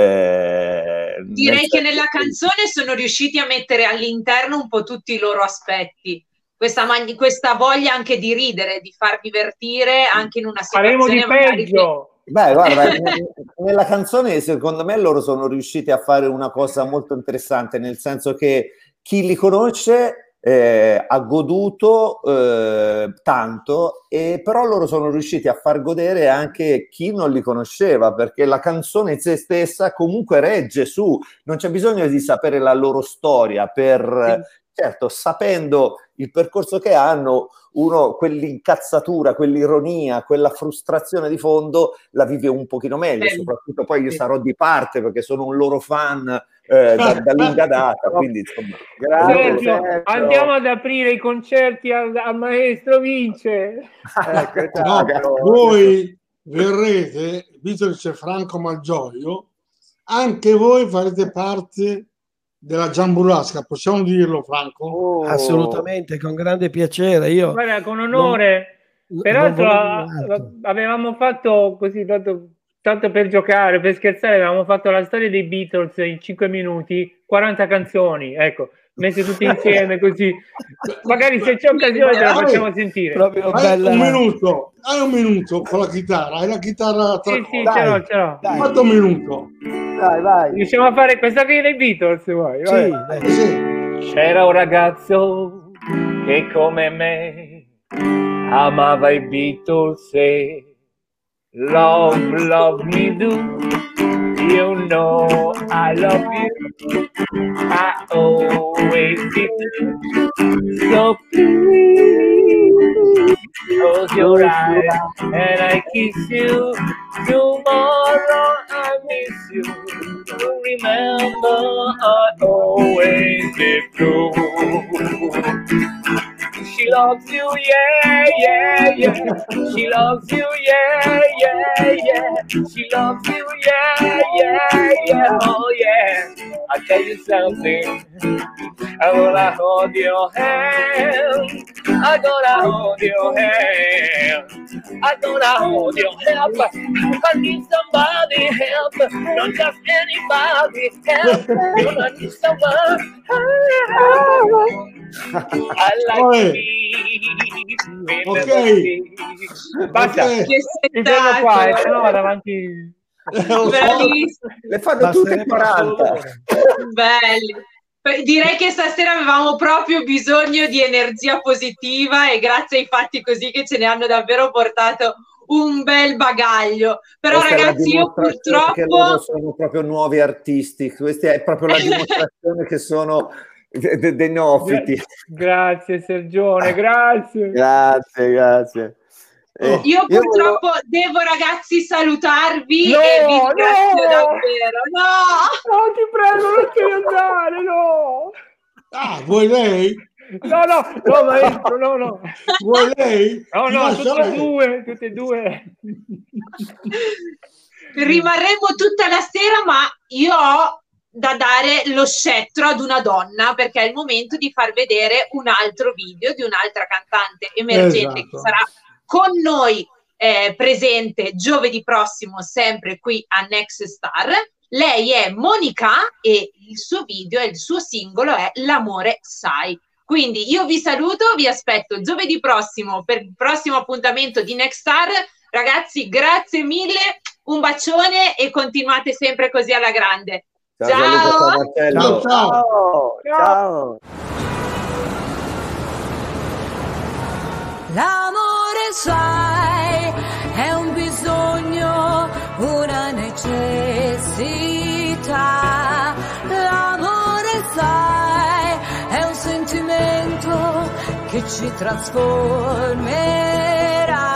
eh, Direi nel che nella canzone sono riusciti a mettere all'interno un po' tutti i loro aspetti. Questa, magni- questa voglia anche di ridere, di far divertire anche in una Faremo situazione di magari che- peggio. Beh, guarda, nella canzone secondo me loro sono riusciti a fare una cosa molto interessante, nel senso che chi li conosce eh, ha goduto eh, tanto, e però loro sono riusciti a far godere anche chi non li conosceva, perché la canzone in se stessa comunque regge su, non c'è bisogno di sapere la loro storia per... Sì. Certo, sapendo il percorso che hanno, uno quell'incazzatura, quell'ironia, quella frustrazione di fondo la vive un pochino meglio, Bello. soprattutto poi io sarò di parte perché sono un loro fan eh, da, da lunga data, quindi insomma... Grazie, Sergio, Sergio. andiamo ad aprire i concerti al, al maestro Vince. Ecco, No, esatto. voi verrete, visto che c'è Franco Malgioglio, anche voi farete parte della Giamburrasca, possiamo dirlo, Franco? Oh. Assolutamente, con grande piacere. Io Guarda, con onore. non- Peraltro non a- volevo altro. avevamo fatto così, tanto, tanto per giocare, per scherzare, avevamo fatto la storia dei Beatles in cinque minuti, quaranta canzoni, ecco, messe tutte insieme così. Magari se c'è occasione te la facciamo sentire. Proprio Hai bella. un minuto, hai un minuto con la chitarra, hai la chitarra tra Sì, sì, Dai, ce l'ho, ce l'ho. Dai. fatto un minuto. Dai, vai. Riusciamo a fare questa qui dei Beatles, vuoi? Sì, Vabbè. dai. Sì. C'era un ragazzo che come me amava i Beatles e love, love me do. You know I love you. I always do. So please close your eyes and I kiss you. Tomorrow I miss you. Remember I always be true. She loves you, yeah, yeah, yeah. She loves you, yeah, yeah, yeah. She loves you, yeah, yeah, yeah. Oh yeah. I'll tell you something. I'm gonna hold your hand. I'm gonna hold your hand. I'm gonna hold your hand. I need somebody help, not just anybody help. You gonna need someone. I like Oi. to be with Ok. the Basta, Ok. Che mi fermo qua, eh, spettacolo! se no vado avanti. Eh, lo so. Bravissimo, Le fanno tutte Basterebbe solo quaranta. loro. belli. Direi che stasera avevamo proprio bisogno di energia positiva e grazie ai fatti così che ce ne hanno davvero portato un bel bagaglio. Però questa ragazzi, io purtroppo... Che loro sono proprio nuovi artisti, questa è proprio la dimostrazione che sono dei de- de neofiti. Gra- grazie Sergione, grazie. Grazie, grazie. Eh, io purtroppo io... devo ragazzi salutarvi no, e vi ringrazio no! davvero. No! No, ti prego, non devi andare, no! Ah, vuoi lei? No, no, no, maestro, no, no. Vuoi lei? No, Ti no, tutte e lei. due, tutte e due. Rimarremo tutta la sera, ma io ho da dare lo scettro ad una donna perché è il momento di far vedere un altro video di un'altra cantante emergente, esatto, che sarà con noi eh, presente giovedì prossimo sempre qui a Next Star. Lei è Monica e il suo video e il suo singolo è L'amore sai. Quindi io vi saluto, vi aspetto giovedì prossimo per il prossimo appuntamento di Next Star. Ragazzi, grazie mille, un bacione e continuate sempre così alla grande. Ciao, ciao, ciao, ciao, ciao. Ciao. L'amore sai è un bisogno, una necessità. L'amore sai è un sentimento che ci trasformerà.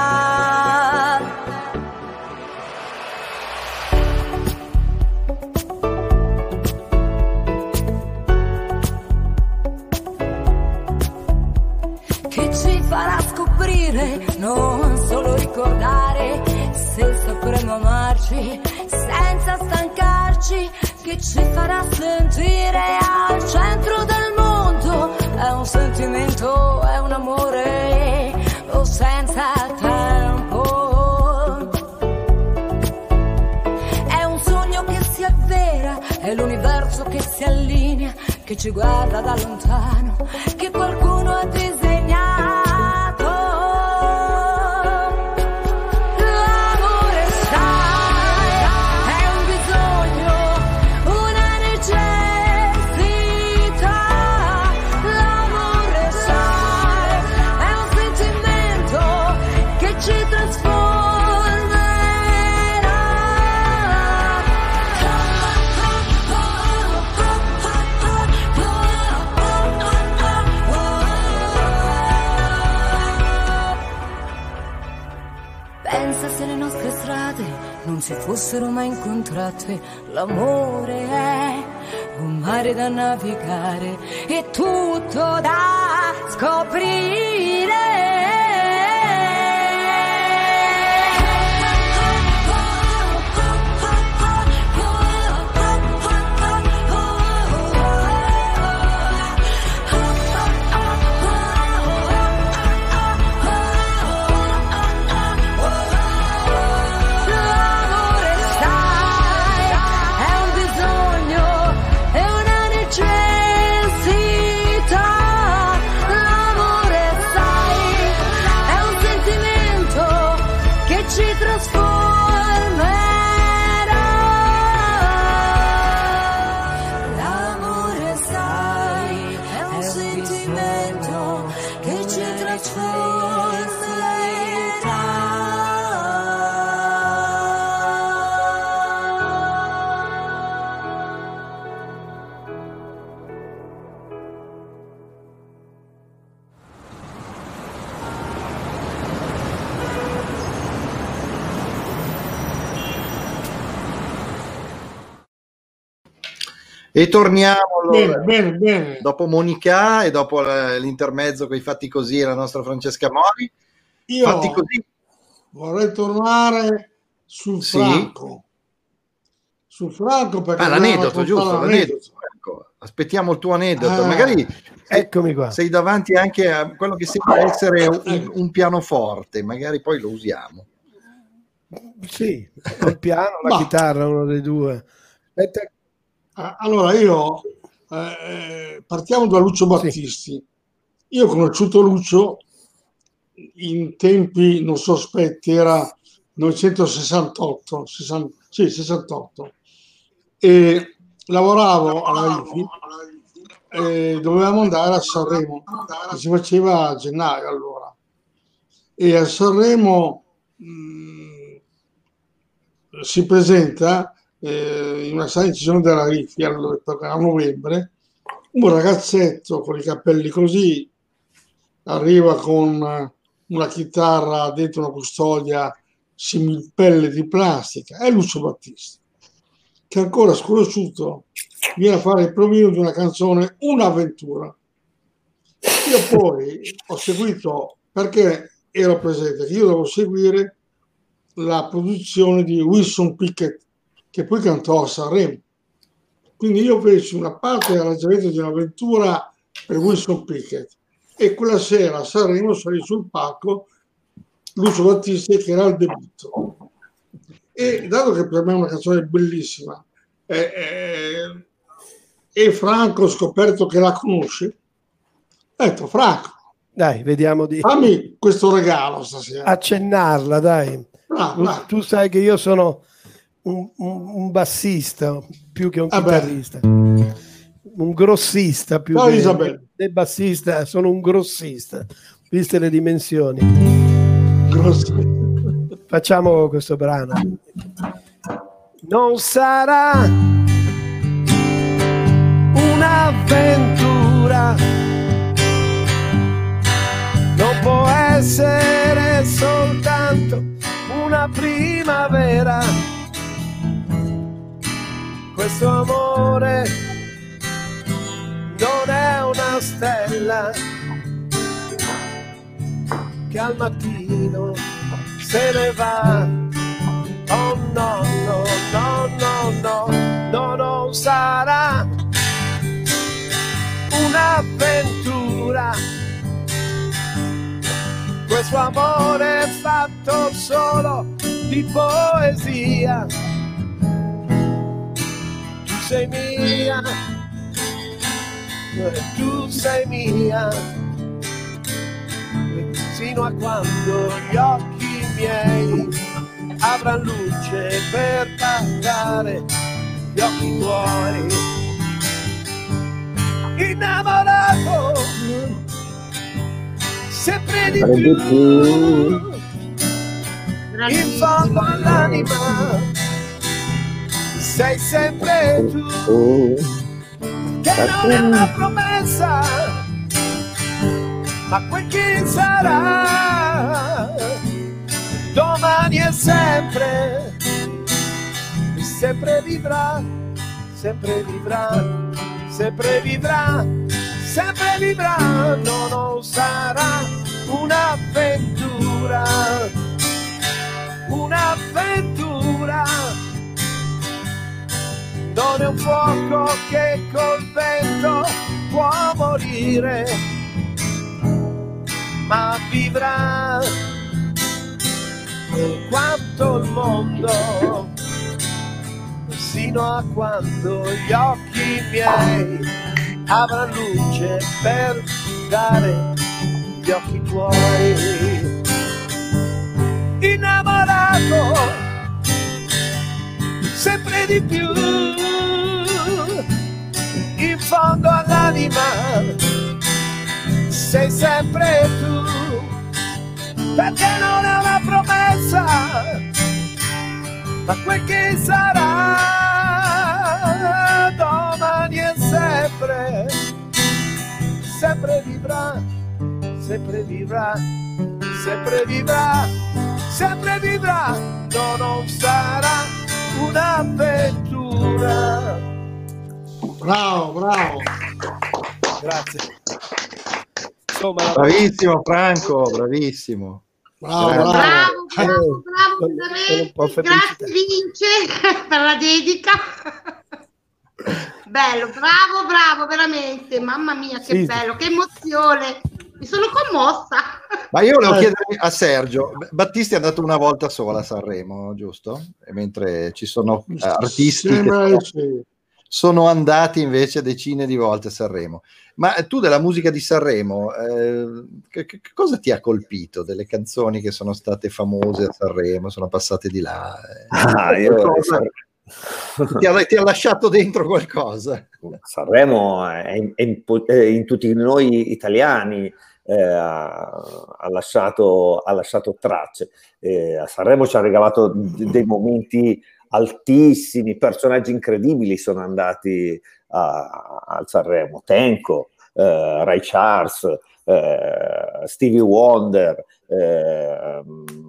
Che ci farà scoprire, non solo ricordare, se sapremo amarci senza stancarci, che ci farà sentire al centro del mondo. È un sentimento, è un amore, o senza tempo. È un sogno che si avvera, è l'universo che si allinea, che ci guarda da lontano, che qualcuno ha disegnato. L'amore sai è un bisogno, una necessità. L'amore sai è un sentimento che ci Pensa se le nostre strade non si fossero mai incontrate. L'amore è un mare da navigare e tutto da scoprire. E torniamo allora, bene, bene, bene. dopo Monica e dopo l'intermezzo con i fatti così, la nostra Francesca Mori. Io fatti così. vorrei tornare sul Sì. Franco. Sul Franco perché Ah, mi ha l'aneddoto, raccontato giusto? l'aneddoto. L'aneddoto. Ecco, aspettiamo il tuo aneddoto. Ah. Magari Eccomi qua. sei davanti anche a quello che sembra essere un, un pianoforte, magari poi lo usiamo. Sì, il piano, la Ma- chitarra, uno dei due. Aspetta. Ah, Allora io eh, partiamo da Lucio Battisti. Io ho conosciuto Lucio in tempi non sospetti, era novecentosessantotto, sessanta, sì, sessantotto, e lavoravo alla I F I eh, dovevamo andare a Sanremo, che si faceva a gennaio allora, e a Sanremo mh, si presenta eh, in una sala di incisione della Riffi a novembre un ragazzetto con i capelli così, arriva con una chitarra dentro una custodia similpelle di plastica, è Lucio Battisti, che ancora sconosciuto viene a fare il provino di una canzone, Un'avventura. Io poi ho seguito, perché ero presente, che io devo seguire la produzione di Wilson Pickett, che poi cantò a Sanremo. Quindi io feci una parte dell'arrangiamento di Un'avventura per Wilson Pickett, e quella sera a Sanremo salì sul palco Lucio Battisti, che era il debutto. E dato che per me è una canzone bellissima, eh, eh, e Franco ho scoperto che la conosce, ho detto: Franco, dai, vediamo di fammi questo regalo stasera, accennarla, dai. Bravo, tu, bravo. tu sai che io sono un, un, un bassista più che un Ah, chitarrista, un grossista più Ciao, che Isabella. del bassista, sono un grossista, viste le dimensioni. Facciamo questo brano. Non sarà un'avventura, non può essere soltanto una primavera. Questo amore non è una stella che al mattino se ne va. Oh no, no, no, no, no, no, non sarà un'avventura. Questo amore è fatto solo di poesia. Tu sei mia, tu sei mia, sino a quando gli occhi miei avranno luce per pagare gli occhi tuoi. Innamorato sempre di più, in fondo all'anima sei sempre tu, che non è una promessa, ma quel che sarà domani è sempre, sempre vivrà, sempre vivrà, sempre vivrà, sempre vivrà. No, non sarà un'avventura, un'avventura, non è un fuoco che col vento può morire, ma vivrà quanto il mondo, sino a quando gli occhi miei avranno luce per dare gli occhi tuoi. Innamorato sempre di più, in fondo all'anima sei sempre tu, perché non è una promessa, ma quel che sarà domani è sempre, sempre vivrà, sempre vivrà, sempre vivrà, sempre vivrà. No, non sarà un'avventura. Bravo, bravo. Grazie. Insomma, bravissimo Franco, bravissimo. Bravo, bravo, bravo, bravo, bravo, veramente. Grazie Vince per la dedica. Bello, bravo, bravo, veramente. Mamma mia, che Sì. bello, che emozione. Mi sono commossa. Ma io volevo chiedere a Sergio, Battisti è andato una volta sola a Sanremo, giusto? E mentre ci sono eh, artisti che sono, sono andati invece decine di volte a Sanremo. Ma tu della musica di Sanremo, eh, che, che cosa ti ha colpito delle canzoni che sono state famose a Sanremo, sono passate di là? Eh, Ah, io- qualcosa- ti, ha, ti ha lasciato dentro qualcosa? Sanremo è in, è in, è in tutti noi italiani, eh, ha, lasciato, ha lasciato tracce. Eh, a Sanremo ci ha regalato d- dei momenti altissimi, personaggi incredibili sono andati a, al Sanremo, Tenco, eh, Ray Charles, eh, Stevie Wonder, eh,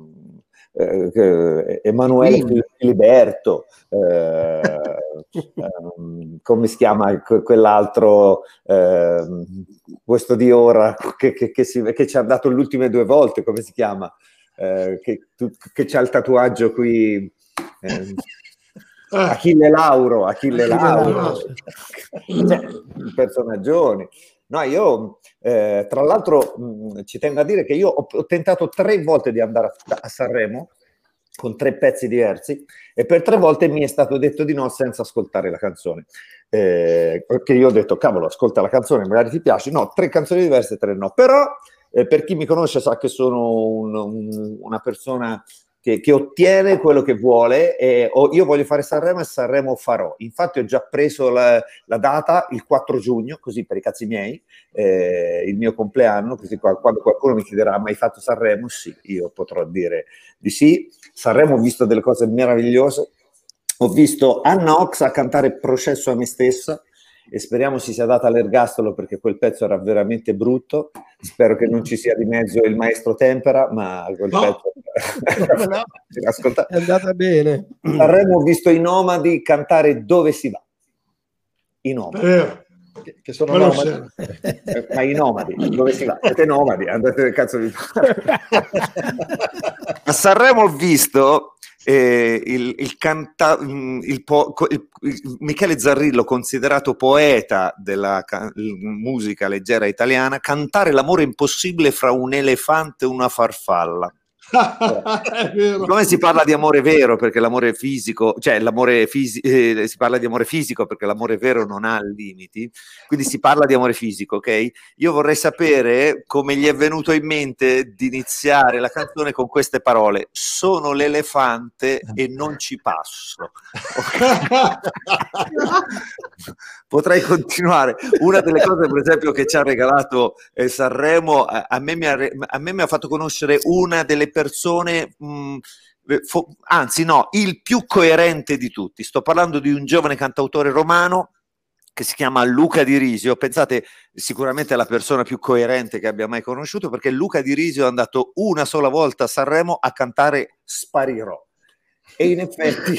eh, Emanuele Filiberto, eh, um, come si chiama quell'altro, eh, questo di ora che, che, che, si, che ci ha dato le ultime due volte, come si chiama, eh, che, che c'ha il tatuaggio qui, eh, Achille Lauro, Achille Lauro, cioè, personaggioni. No, io eh, tra l'altro mh, ci tengo a dire che io ho, ho tentato tre volte di andare a, a Sanremo con tre pezzi diversi e per tre volte mi è stato detto di no senza ascoltare la canzone. Eh, perché io ho detto, cavolo, ascolta la canzone, magari ti piace. No, tre canzoni diverse, tre no. Però eh, per chi mi conosce sa che sono un, un, una persona Che, che ottiene quello che vuole e oh, io voglio fare Sanremo e Sanremo farò. Infatti ho già preso la, la data il quattro giugno, così per i cazzi miei, eh, il mio compleanno, così quando qualcuno mi chiederà ma hai fatto Sanremo? Sì, io potrò dire di sì. Sanremo ho visto delle cose meravigliose, ho visto Anna Ox a cantare Processo a me stessa e speriamo si sia data all'ergastolo perché quel pezzo era veramente brutto. Spero che non ci sia di mezzo il maestro Tempera, ma quel no. pezzo no. è andata bene. Avremmo visto i Nomadi cantare Dove si va. I Nomadi. Eh, che, che sono Quello nomadi. Eh, ma i Nomadi, dove si va? Siete nomadi, andate nel cazzo di a Sanremo ho visto Eh, il, il, canta, il, po, il, il Michele Zarrillo, considerato poeta della ca, musica leggera italiana, cantare l'amore impossibile fra un elefante e una farfalla. Come si parla di amore vero perché l'amore fisico, cioè l'amore fisico, eh, si parla di amore fisico perché l'amore vero non ha limiti, quindi si parla di amore fisico, ok? Io vorrei sapere come gli è venuto in mente di iniziare la canzone con queste parole: sono l'elefante e non ci passo. Potrei continuare. Una delle cose per esempio che ci ha regalato eh, Sanremo, a, a, me mi ha, a me mi ha fatto conoscere una delle persone mh, fo, anzi no, il più coerente di tutti. Sto parlando di un giovane cantautore romano che si chiama Luca Di Risio. Pensate, sicuramente è la persona più coerente che abbia mai conosciuto, perché Luca Di Risio è andato una sola volta a Sanremo a cantare Sparirò. E in effetti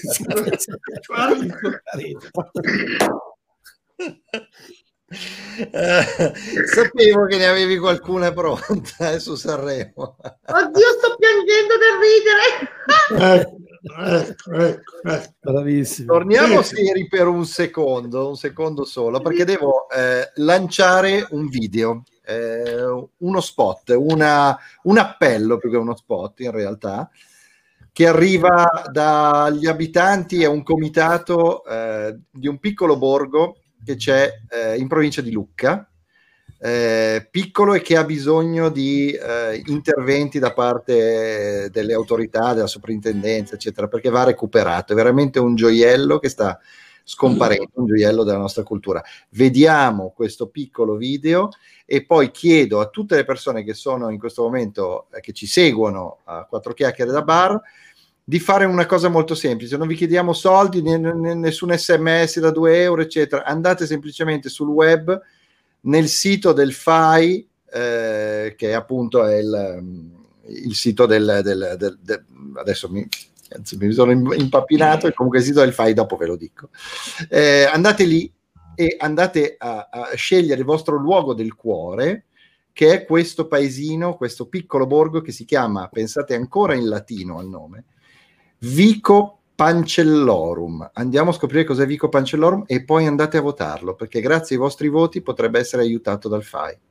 eh, sapevo che ne avevi qualcuna pronta eh, su Sanremo. Oddio, sto piangendo ecco, da ridere. ecco, ecco, ecco. Bravissimo. Torniamo seri per un secondo, un secondo solo, perché devo eh, lanciare un video, eh, uno spot, una, un appello più che uno spot in realtà, che arriva dagli abitanti, è un comitato eh, di un piccolo borgo che c'è eh, in provincia di Lucca, eh, piccolo e che ha bisogno di eh, interventi da parte delle autorità, della soprintendenza, eccetera, perché va recuperato. È veramente un gioiello che sta scomparendo, un gioiello della nostra cultura. Vediamo questo piccolo video e poi chiedo a tutte le persone che sono in questo momento, eh, che ci seguono a Quattro Chiacchiere da Bar, di fare una cosa molto semplice. Non vi chiediamo soldi, n- n- nessun sms da due euro, eccetera. Andate semplicemente sul web, nel sito del F A I, eh, che appunto è il, il sito del, del, del, del adesso mi, anzi, mi sono impappinato, e comunque il sito del F A I, dopo ve lo dico. Eh, andate lì e andate a, a scegliere il vostro luogo del cuore, che è questo paesino, questo piccolo borgo che si chiama, pensate ancora in latino al nome, Vico Pancellorum. Andiamo a scoprire cos'è Vico Pancellorum e poi andate a votarlo, perché grazie ai vostri voti potrebbe essere aiutato dal F A I.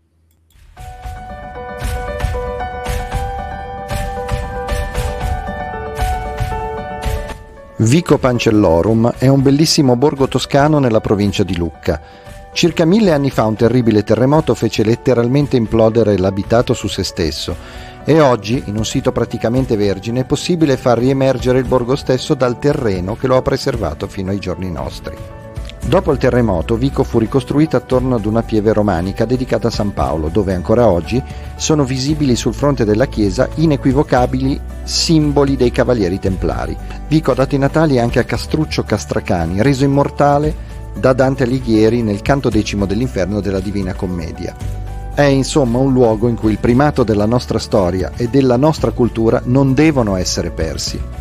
Vico Pancellorum è un bellissimo borgo toscano nella provincia di Lucca. Circa mille anni fa un terribile terremoto fece letteralmente implodere l'abitato su se stesso e oggi, in un sito praticamente vergine, è possibile far riemergere il borgo stesso dal terreno che lo ha preservato fino ai giorni nostri. Dopo il terremoto, Vico fu ricostruita attorno ad una pieve romanica dedicata a San Paolo, dove ancora oggi sono visibili sul fronte della chiesa inequivocabili simboli dei Cavalieri Templari. Vico ha dato i natali anche a Castruccio Castracani, reso immortale da Dante Alighieri nel canto decimo dell'Inferno della Divina Commedia. È insomma un luogo in cui il primato della nostra storia e della nostra cultura non devono essere persi.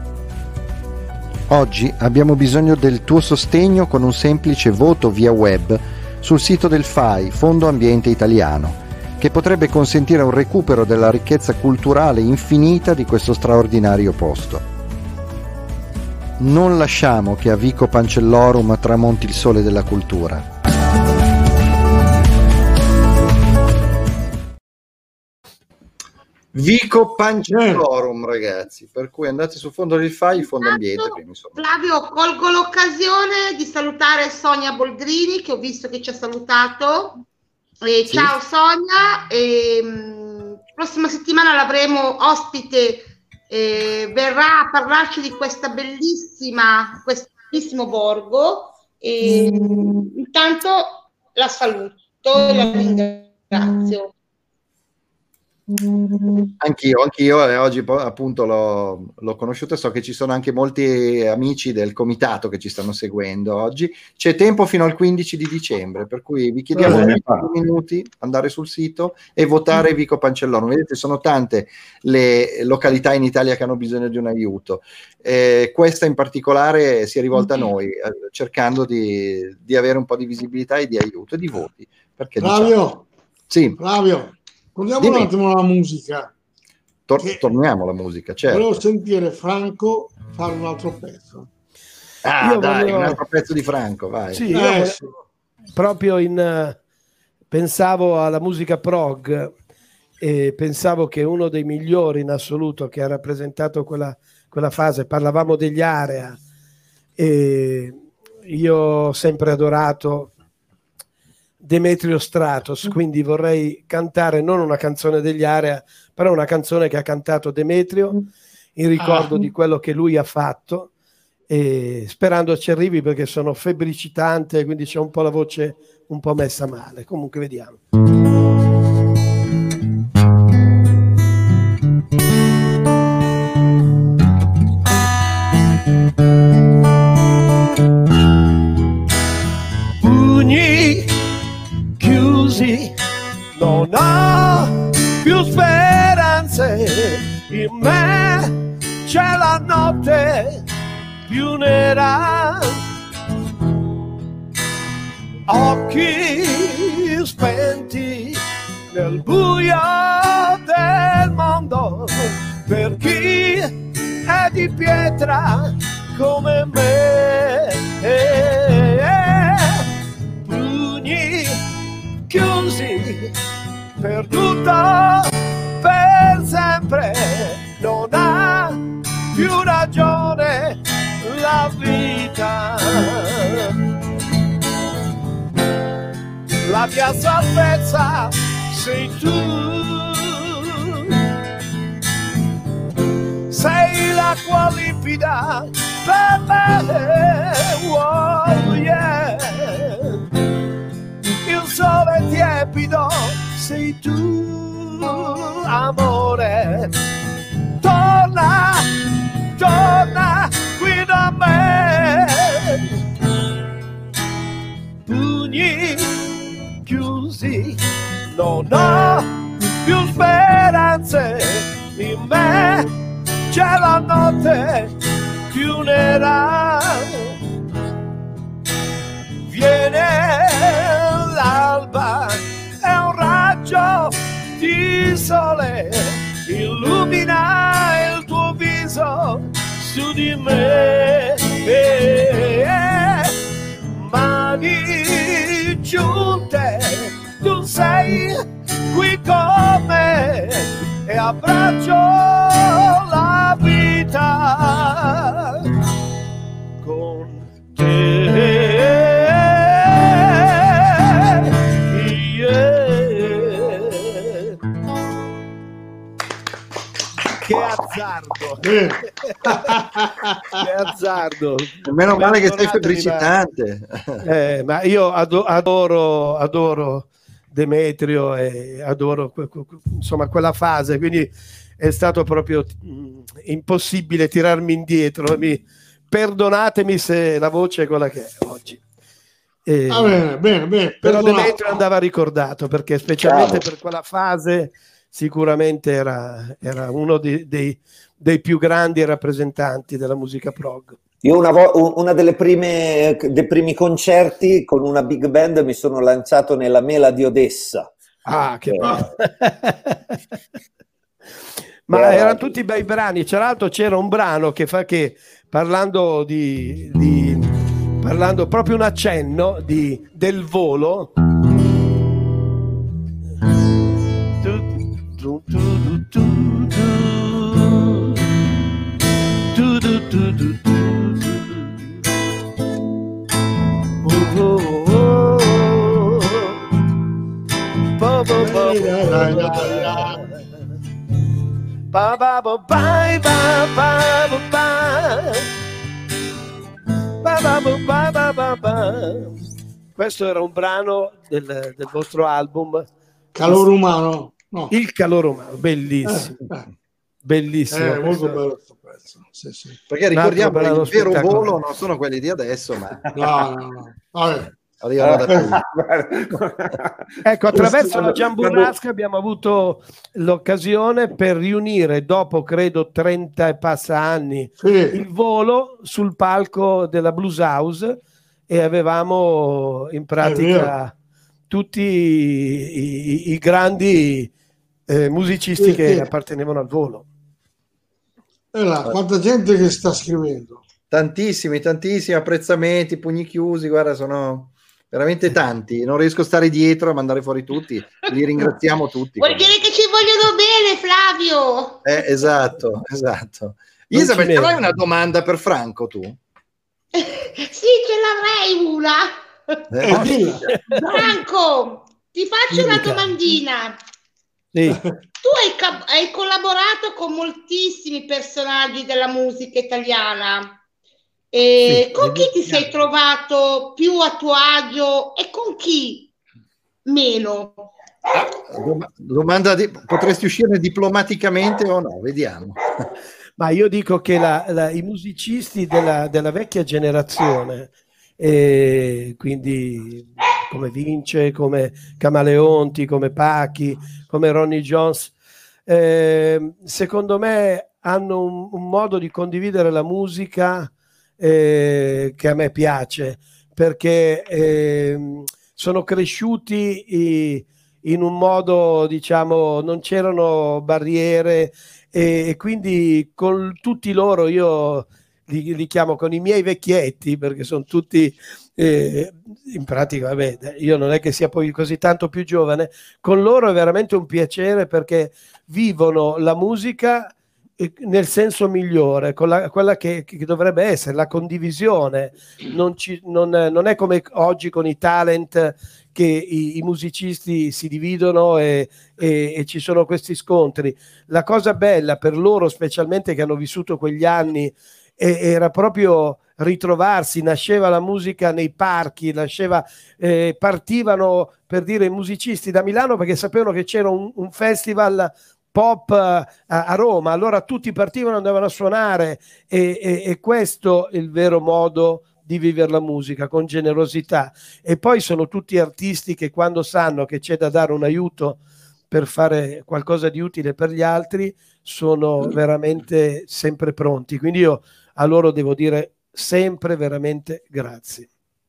Oggi abbiamo bisogno del tuo sostegno con un semplice voto via web sul sito del F A I, Fondo Ambiente Italiano, che potrebbe consentire un recupero della ricchezza culturale infinita di questo straordinario posto. Non lasciamo che a Vico Pancellorum tramonti il sole della cultura. Vico Pancellorum, ragazzi, per cui andate sul fondo del F A I, Fondo Ambiente. Quindi, Flavio, colgo l'occasione di salutare Sonia Boldrini, che ho visto che ci ha salutato. E Sì. Ciao Sonia, e, mh, prossima settimana l'avremo ospite, eh, verrà a parlarci di questa bellissima, questo bellissimo borgo. E, intanto la saluto e la ringrazio. Anch'io, anch'io e oggi po- appunto l'ho, l'ho conosciuto e so che ci sono anche molti amici del comitato che ci stanno seguendo oggi. C'è tempo fino al quindici di dicembre, per cui vi chiediamo Eh, in due minuti andare sul sito e votare Vico Pancellorum. Vedete, sono tante le località in Italia che hanno bisogno di un aiuto. Eh, questa in particolare si è rivolta a noi, eh, cercando di, di avere un po' di visibilità e di aiuto e di voti. Perché Flavio, diciamo, sì, Flavio, torniamo Dimmi. un attimo alla musica. tor- Che- torniamo alla musica, certo. Volevo sentire Franco fare un altro pezzo. Ah, Io dai, volevo- un altro pezzo di Franco, vai. Sì, io Eh, volevo- sì. proprio in eh, pensavo alla musica prog e pensavo che uno dei migliori in assoluto che ha rappresentato quella, quella fase, parlavamo degli Area, e io ho sempre adorato Demetrio Stratos, quindi vorrei cantare non una canzone degli Area, però una canzone che ha cantato Demetrio in ricordo Ah. di quello che lui ha fatto, e sperando ci arrivi perché sono febbricitante, quindi c'è un po' la voce un po' messa male. Comunque vediamo. Pugni chiusi, non ho più speranze, in me c'è la notte più nera, occhi spenti nel buio del mondo, per chi è di pietra come me. Pugni chiusi, perduto per sempre, non ha più ragione la vita. La mia salvezza sei tu, sei l'acqua limpida per me, oh yeah. Il sole tiepido sei tu, amore. Torna, torna qui da me. Pugni chiusi, non ho più speranze, in me c'è la notte più nera. Viene l'alba, è un raggio di sole, illumina il tuo viso su di me. Mani giunte, tu sei qui con me e abbraccio la vita con te. Yeah. Che azzardo. Eh, che azzardo. Meno male che sei Perdonatemi, febbricitante. Ma, eh, ma io ado- adoro, adoro Demetrio e adoro que- que- insomma quella fase, quindi è stato proprio mh, impossibile tirarmi indietro. Mi, perdonatemi se la voce è quella che è oggi. Eh, Ah, bene, bene, bene. però Perdonato. Demetrio andava ricordato, perché specialmente Chiaro. per quella fase sicuramente era, era uno dei, dei, dei più grandi rappresentanti della musica prog. Io una, vo- una delle prime dei primi concerti con una big band mi sono lanciato nella Mela di Odessa. Ah, che Eh, bello. Ma Era- erano tutti bei brani. Tra l'altro c'era un brano che fa che, parlando di, di parlando proprio un accenno di, del volo. Tu, tu, tu, tu, tu, tu, tu, tu, tu, tu. Oh, oh, oh, oh. Bo, bo, bo, bo. Ba, ba, bo, bye, ba, ba, bo, ba. Ba, ba, bo, ba, ba, ba, ba. Questo era un brano del, del vostro album Calore umano? No. Il calore umano, bellissimo, Eh, eh. bellissimo. Eh, molto questo- bello questo pezzo. Sì, sì. Perché Un altro ricordiamo che brano il vero spettacolare. volo non sono quelli di adesso, ma No, no, no. Vabbè. arrivano da prima. Ecco, attraverso la Quando- Giamburrasca abbiamo avuto l'occasione per riunire, dopo credo trenta e passa anni, Sì. il volo sul palco della Blues House, e avevamo in pratica tutti i, i- i grandi eh, musicisti Sì, che sì. appartenevano al volo. E là, quanta gente che sta scrivendo. Tantissimi, tantissimi apprezzamenti, pugni chiusi, guarda, sono veramente tanti. Non riesco a stare dietro a mandare fuori tutti. Li ringraziamo tutti. Vuol dire che ci vogliono bene, Flavio. Eh, esatto, esatto. Non Isabel, ci ce l'hai nego. una domanda per Franco tu? Sì, ce l'avrei una. Eh, Eh, dilla. Franco, ti faccio una Dimmi, cara. domandina. Sì. Tu hai, ca- hai collaborato con moltissimi personaggi della musica italiana. E Sì, con chi ti evidentemente. sei trovato più a tuo agio e con chi meno? dom- domanda di- potresti uscire diplomaticamente o no? Vediamo. Ma io dico che la- la- i musicisti della, della vecchia generazione, eh, quindi come Vince, come Camaleonti, come Pachi, come Ronnie Jones, eh, secondo me hanno un, un modo di condividere la musica eh, che a me piace, perché ehm, sono cresciuti i- in un modo, diciamo, non c'erano barriere, e, e quindi con tutti loro io li, li chiamo con i miei vecchietti, perché sono tutti eh, in pratica, vabbè, io non è che sia poi così tanto più giovane, con loro è veramente un piacere, perché vivono la musica eh, nel senso migliore, con la, quella che, che dovrebbe essere la condivisione. Non, ci, non, non è come oggi con i talent, che i, i musicisti si dividono e, e, e ci sono questi scontri. La cosa bella per loro, specialmente che hanno vissuto quegli anni, e, era proprio ritrovarsi. Nasceva la musica nei parchi, nasceva, eh, partivano, per dire, i musicisti da Milano perché sapevano che c'era un, un festival pop a, a Roma, allora tutti partivano, andavano a suonare, e, e, e questo è il vero modo di vivere la musica, con generosità. E poi sono tutti artisti che, quando sanno che c'è da dare un aiuto per fare qualcosa di utile per gli altri, sono veramente sempre pronti. Quindi io a loro devo dire sempre veramente grazie.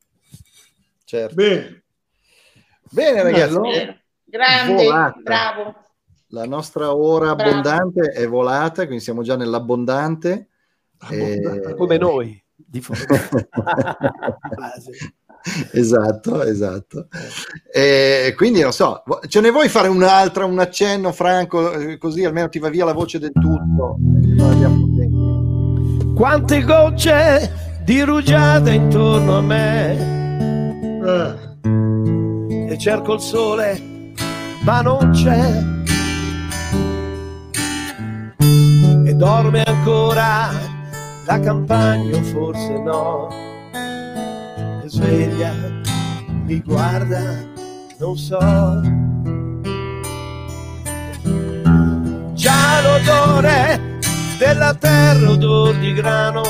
Certo. Bene. Bene ragazzi, Bello. Grande, volata. bravo. La nostra ora Bravo. abbondante è volata, quindi siamo già nell'abbondante. E- Come noi di fondo. Di base. Esatto, esatto. E quindi non so, ce ne vuoi fare un'altra, un accenno, Franco, eh, così almeno ti va via la voce del tutto. Non abbiamo tempo. Quante gocce di rugiada intorno a me, Eh, e cerco il sole ma non c'è, e dorme ancora la campagna o forse no, e sveglia, mi guarda, non so. Già l'odore della terra, odor di grano,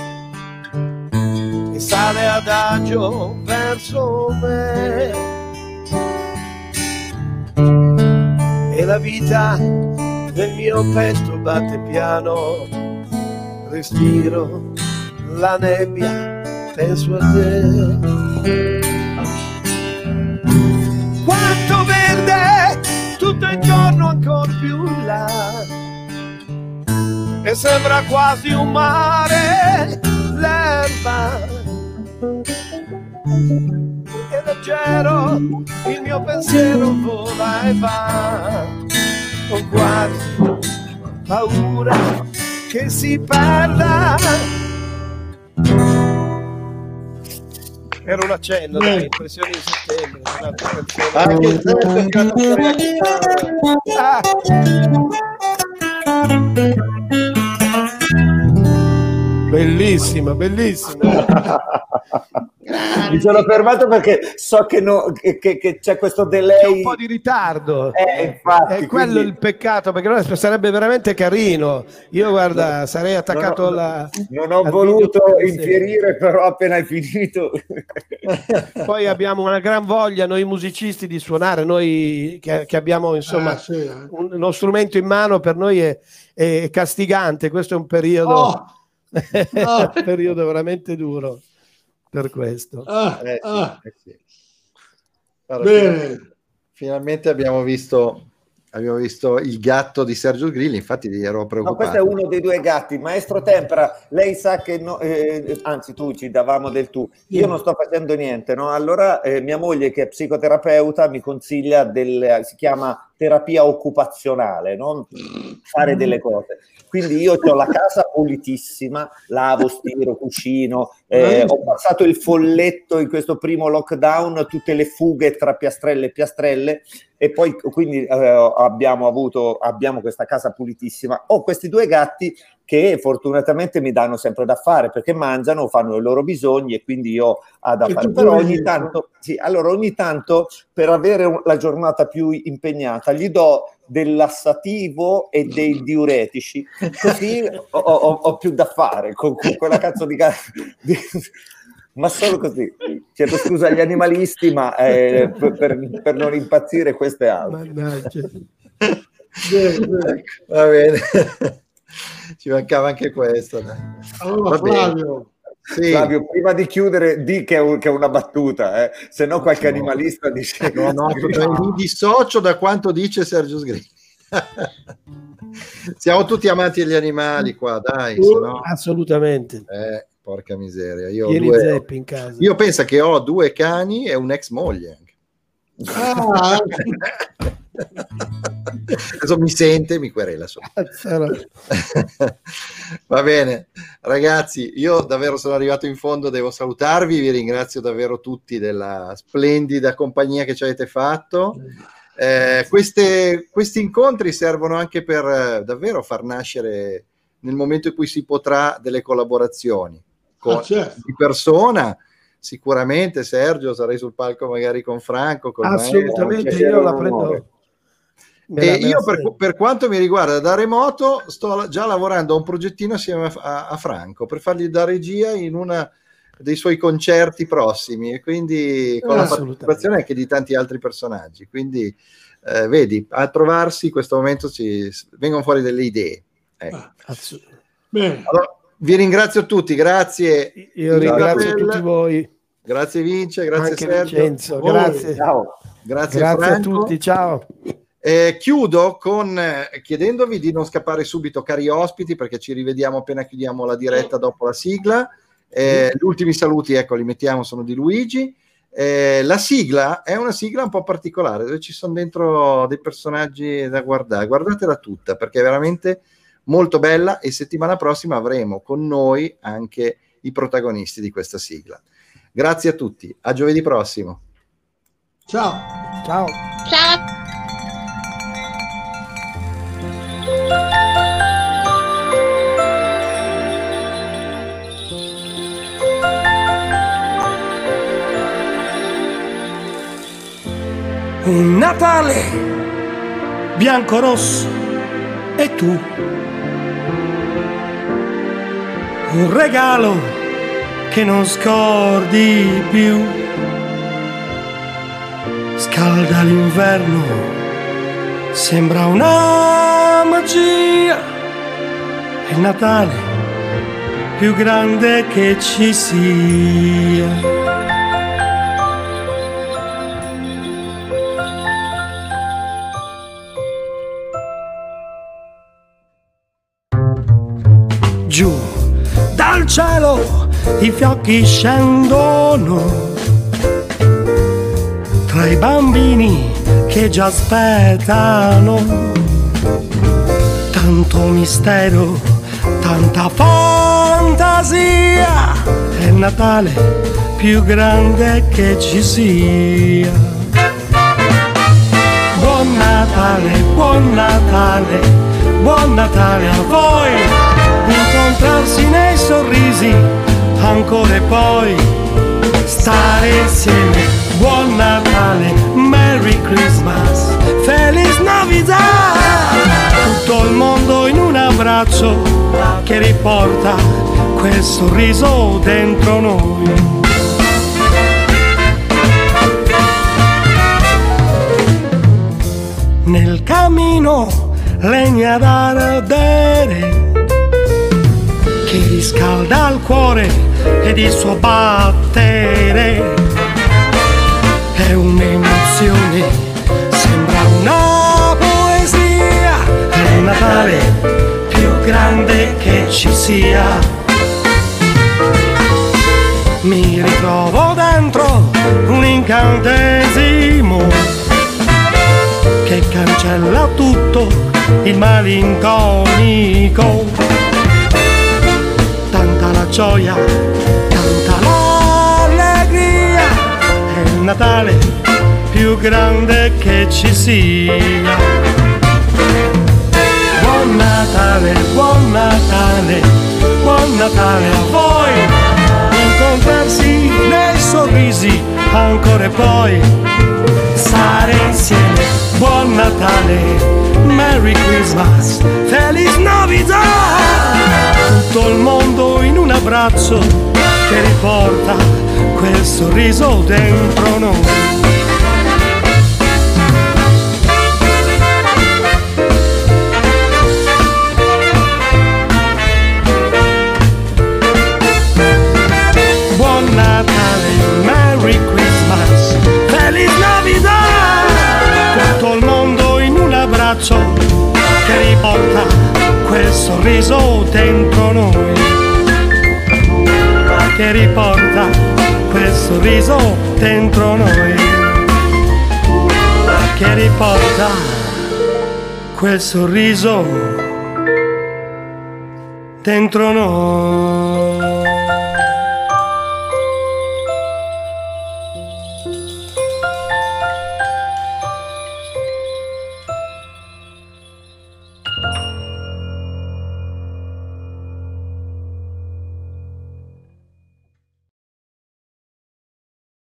che sale adagio verso me, e la vita nel mio petto batte piano, respiro la nebbia, penso a te. Quanto verde tutto intorno, ancor più là, e sembra quasi un mare l'erba, e leggero il mio pensiero vola e va, ho quasi paura che si perda. Era un accenno delle impressioni di settembre. Anche se è toccato fuori la chitarra. Bellissima, bellissima. Mi sono fermato perché so che, no, che, che, che c'è questo delay, c'è un po' di ritardo, eh, infatti, è quello quindi... il peccato, perché no, sarebbe veramente carino. Io guarda, sarei attaccato non ho, alla non ho voluto infierire, però appena hai finito. Poi abbiamo una gran voglia noi musicisti di suonare, noi che, che abbiamo insomma Ah, sì, eh. un, uno strumento in mano, per noi è, è castigante. Questo è un periodo Oh! un periodo veramente duro per questo. Ah, Eh sì, ah. eh sì. Allora, Bene. finalmente, finalmente abbiamo visto abbiamo visto il gatto di Sergio Grilli, infatti ero No, preoccupato. questo è uno dei due gatti. Maestro Tempera, lei sa che no, eh, anzi tu ci davamo del tu, io non sto facendo niente, no? Allora eh, mia moglie, che è psicoterapeuta, mi consiglia del, si chiama terapia occupazionale, no? Fare delle cose. Quindi io ho la casa pulitissima, lavo, stiro, cucino, eh, ho passato il folletto in questo primo lockdown, tutte le fughe tra piastrelle e piastrelle, e poi quindi eh, abbiamo avuto abbiamo questa casa pulitissima. Ho questi due gatti che fortunatamente mi danno sempre da fare, perché mangiano, fanno i loro bisogni, e quindi io ho da E fare. tu Però pure ogni dietro. tanto, sì, allora ogni tanto, per avere un- la giornata più impegnata, gli do del lassativo e dei diuretici, così ho, ho- ho più da fare con, con quella cazzo di, ga- di- ma solo così. Chiedo scusa agli animalisti, ma eh, per, per- per non impazzire, questo è altro. Mannaggia. Bene, bene. Ecco, va bene. Ci mancava anche questo. dai. Allora, Va bene. Flavio, Sì. Flavio, prima di chiudere, di che è, un- che è una battuta, eh? Se no qualche No. animalista dice... No, no, mi dissocio da quanto dice Sergio Sgrilli. Siamo tutti amanti degli animali qua, dai, se no... Assolutamente. Eh, porca miseria. Io, ho Pieni due... zeppi in casa. Io penso che ho due cani e un'ex moglie. ah, Adesso mi sente, mi querela solo. Va bene, ragazzi, io davvero sono arrivato in fondo, devo salutarvi, vi ringrazio davvero tutti della splendida compagnia che ci avete fatto. Eh, queste, questi incontri servono anche per eh, davvero far nascere, nel momento in cui si potrà, delle collaborazioni con, ah, certo. di persona. Sicuramente Sergio, sarei sul palco magari con Franco, con Assolutamente, Maestro. io la prendo. Me la- E me la io per, sento. per quanto mi riguarda da remoto sto già lavorando a un progettino assieme a, a- a Franco per fargli da regia in una dei suoi concerti prossimi, e quindi con la Assolutamente. partecipazione anche di tanti altri personaggi, quindi eh, vedi, a trovarsi in questo momento ci vengono fuori delle idee. Ecco. Ah, Assu- bene. Allora, vi ringrazio tutti, grazie. Io ringrazio Isabella, tutti voi, grazie Vince, grazie anche Sergio, Vincenzo, Voi. grazie. Ciao. grazie, Grazie a Franco. tutti, ciao. Eh, chiudo con eh, chiedendovi di non scappare subito, cari ospiti, perché ci rivediamo appena chiudiamo la diretta dopo la sigla. Eh, gli ultimi saluti, ecco, li mettiamo, sono di Luigi. Eh, la sigla è una sigla un po' particolare, dove ci sono dentro dei personaggi da guardare. Guardatela tutta, perché è veramente molto bella, e settimana prossima avremo con noi anche i protagonisti di questa sigla. Grazie a tutti, a giovedì prossimo. Ciao. Ciao. Ciao. Un Natale bianco-rosso e tu. Un regalo che non scordi più. Scalda l'inverno, sembra una magia. È il Natale più grande che ci sia. Giù dal cielo i fiocchi scendono, tra i bambini che già aspettano. Tanto mistero, tanta fantasia, è il Natale più grande che ci sia. Buon Natale, buon Natale, buon Natale a voi. Incontrarsi nei sorrisi, ancora e poi stare insieme. Buon Natale, Merry Christmas, Feliz Navidad. Tutto il mondo in un abbraccio che riporta quel sorriso dentro noi. Nel camino legna da ardere che riscalda il cuore ed il suo battere. È un'emozione, sembra una poesia. È il Natale più grande che ci sia. Mi ritrovo dentro un incantesimo che cancella tutto il malinconico. Tanta la gioia, tanta l'allegria, è il Natale più grande che ci sia. Buon Natale, buon Natale, buon Natale a voi. Incontrarsi nei sorrisi, ancora e poi stare insieme. Buon Natale, Merry Christmas, Feliz Navidad. Tutto il mondo in un abbraccio che riporta quel sorriso dentro noi. Buon Natale, Merry Christmas, Feliz Navidad. Tutto il mondo in un abbraccio che riporta quel sorriso dentro noi, che riporta quel sorriso dentro noi, che riporta quel sorriso dentro noi.